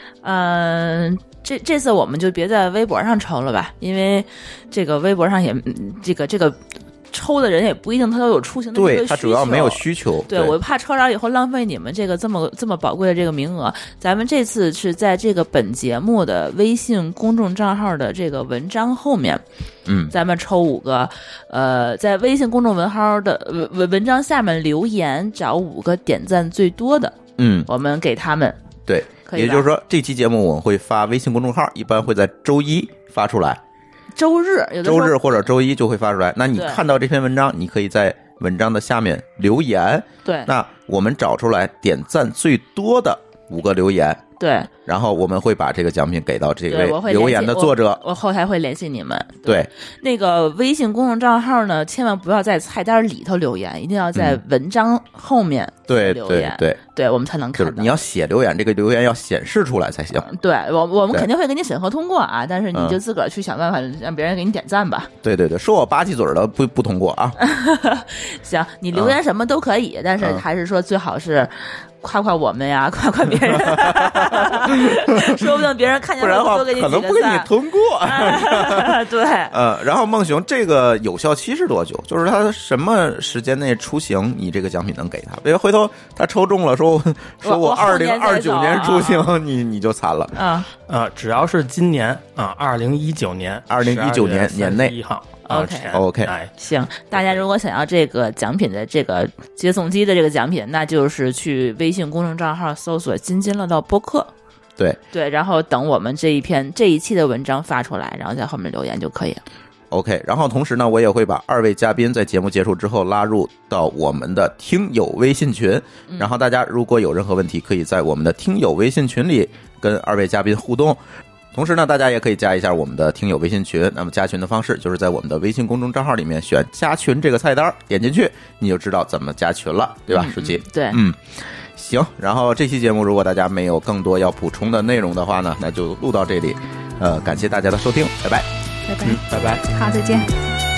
这次我们就别在微博上抽了吧，因为这个微博上也这个抽的人也不一定他都有出行的这个需求， 对，他主要没有需求。 对，我怕抽着以后浪费你们这个这么宝贵的这个名额。咱们这次是在这个本节目的微信公众账号的这个文章后面，咱们抽5个，在微信公众文号的文章下面留言，找5个点赞最多的，我们给他们。 对，也就是说这期节目我们会发微信公众号，一般会在周一发出来， 周日或者周一就会发出来。那你看到这篇文章，你可以在文章的下面留言， 对， 那我们找出来点赞最多的5个留言， 对， 然后我们会把这个奖品给到这位留言的作者， 我后台会联系你们。 对， 那个微信公众账号呢，千万不要在菜单里头留言，一定要在文章后面留言，对，我们才能看到。 就是你要写留言，这个留言要显示出来才行。 对，我们肯定会给你审核通过啊，但是你就自个儿去想办法让别人给你点赞吧。 对，说我吧唧嘴的不通过啊。 行，你留言什么都可以，但是还是说最好是夸夸我们呀，夸夸别人，说不定别人看见了多给你几个赞， 可能不给你通过。 对， 然后孟雄这个有效期是多久？就是他什么时间内出行，你这个奖品能给他？别回头他抽中了，说我2029年出行，你就惨了。 只要是今年2019年年内 1号。 OK， 行，大家如果想要这个奖品的这个接送机的这个奖品，那就是去微信公众账号搜索津津乐道播客，对，然后等我们这一期的文章发出来，然后在后面留言就可以了。 OK， 然后同时呢，我也会把2位嘉宾在节目结束之后拉入到我们的听友微信群，然后大家如果有任何问题，可以在我们的听友微信群里跟2位嘉宾互动。同时呢，大家也可以加一下我们的听友微信群。那么加群的方式就是在我们的微信公众账号里面选加群这个菜单，点进去你就知道怎么加群了，对吧？舒淇？ 对， 行。然后这期节目如果大家没有更多要补充的内容的话呢，那就录到这里。感谢大家的收听，拜拜， 拜拜，好，再见。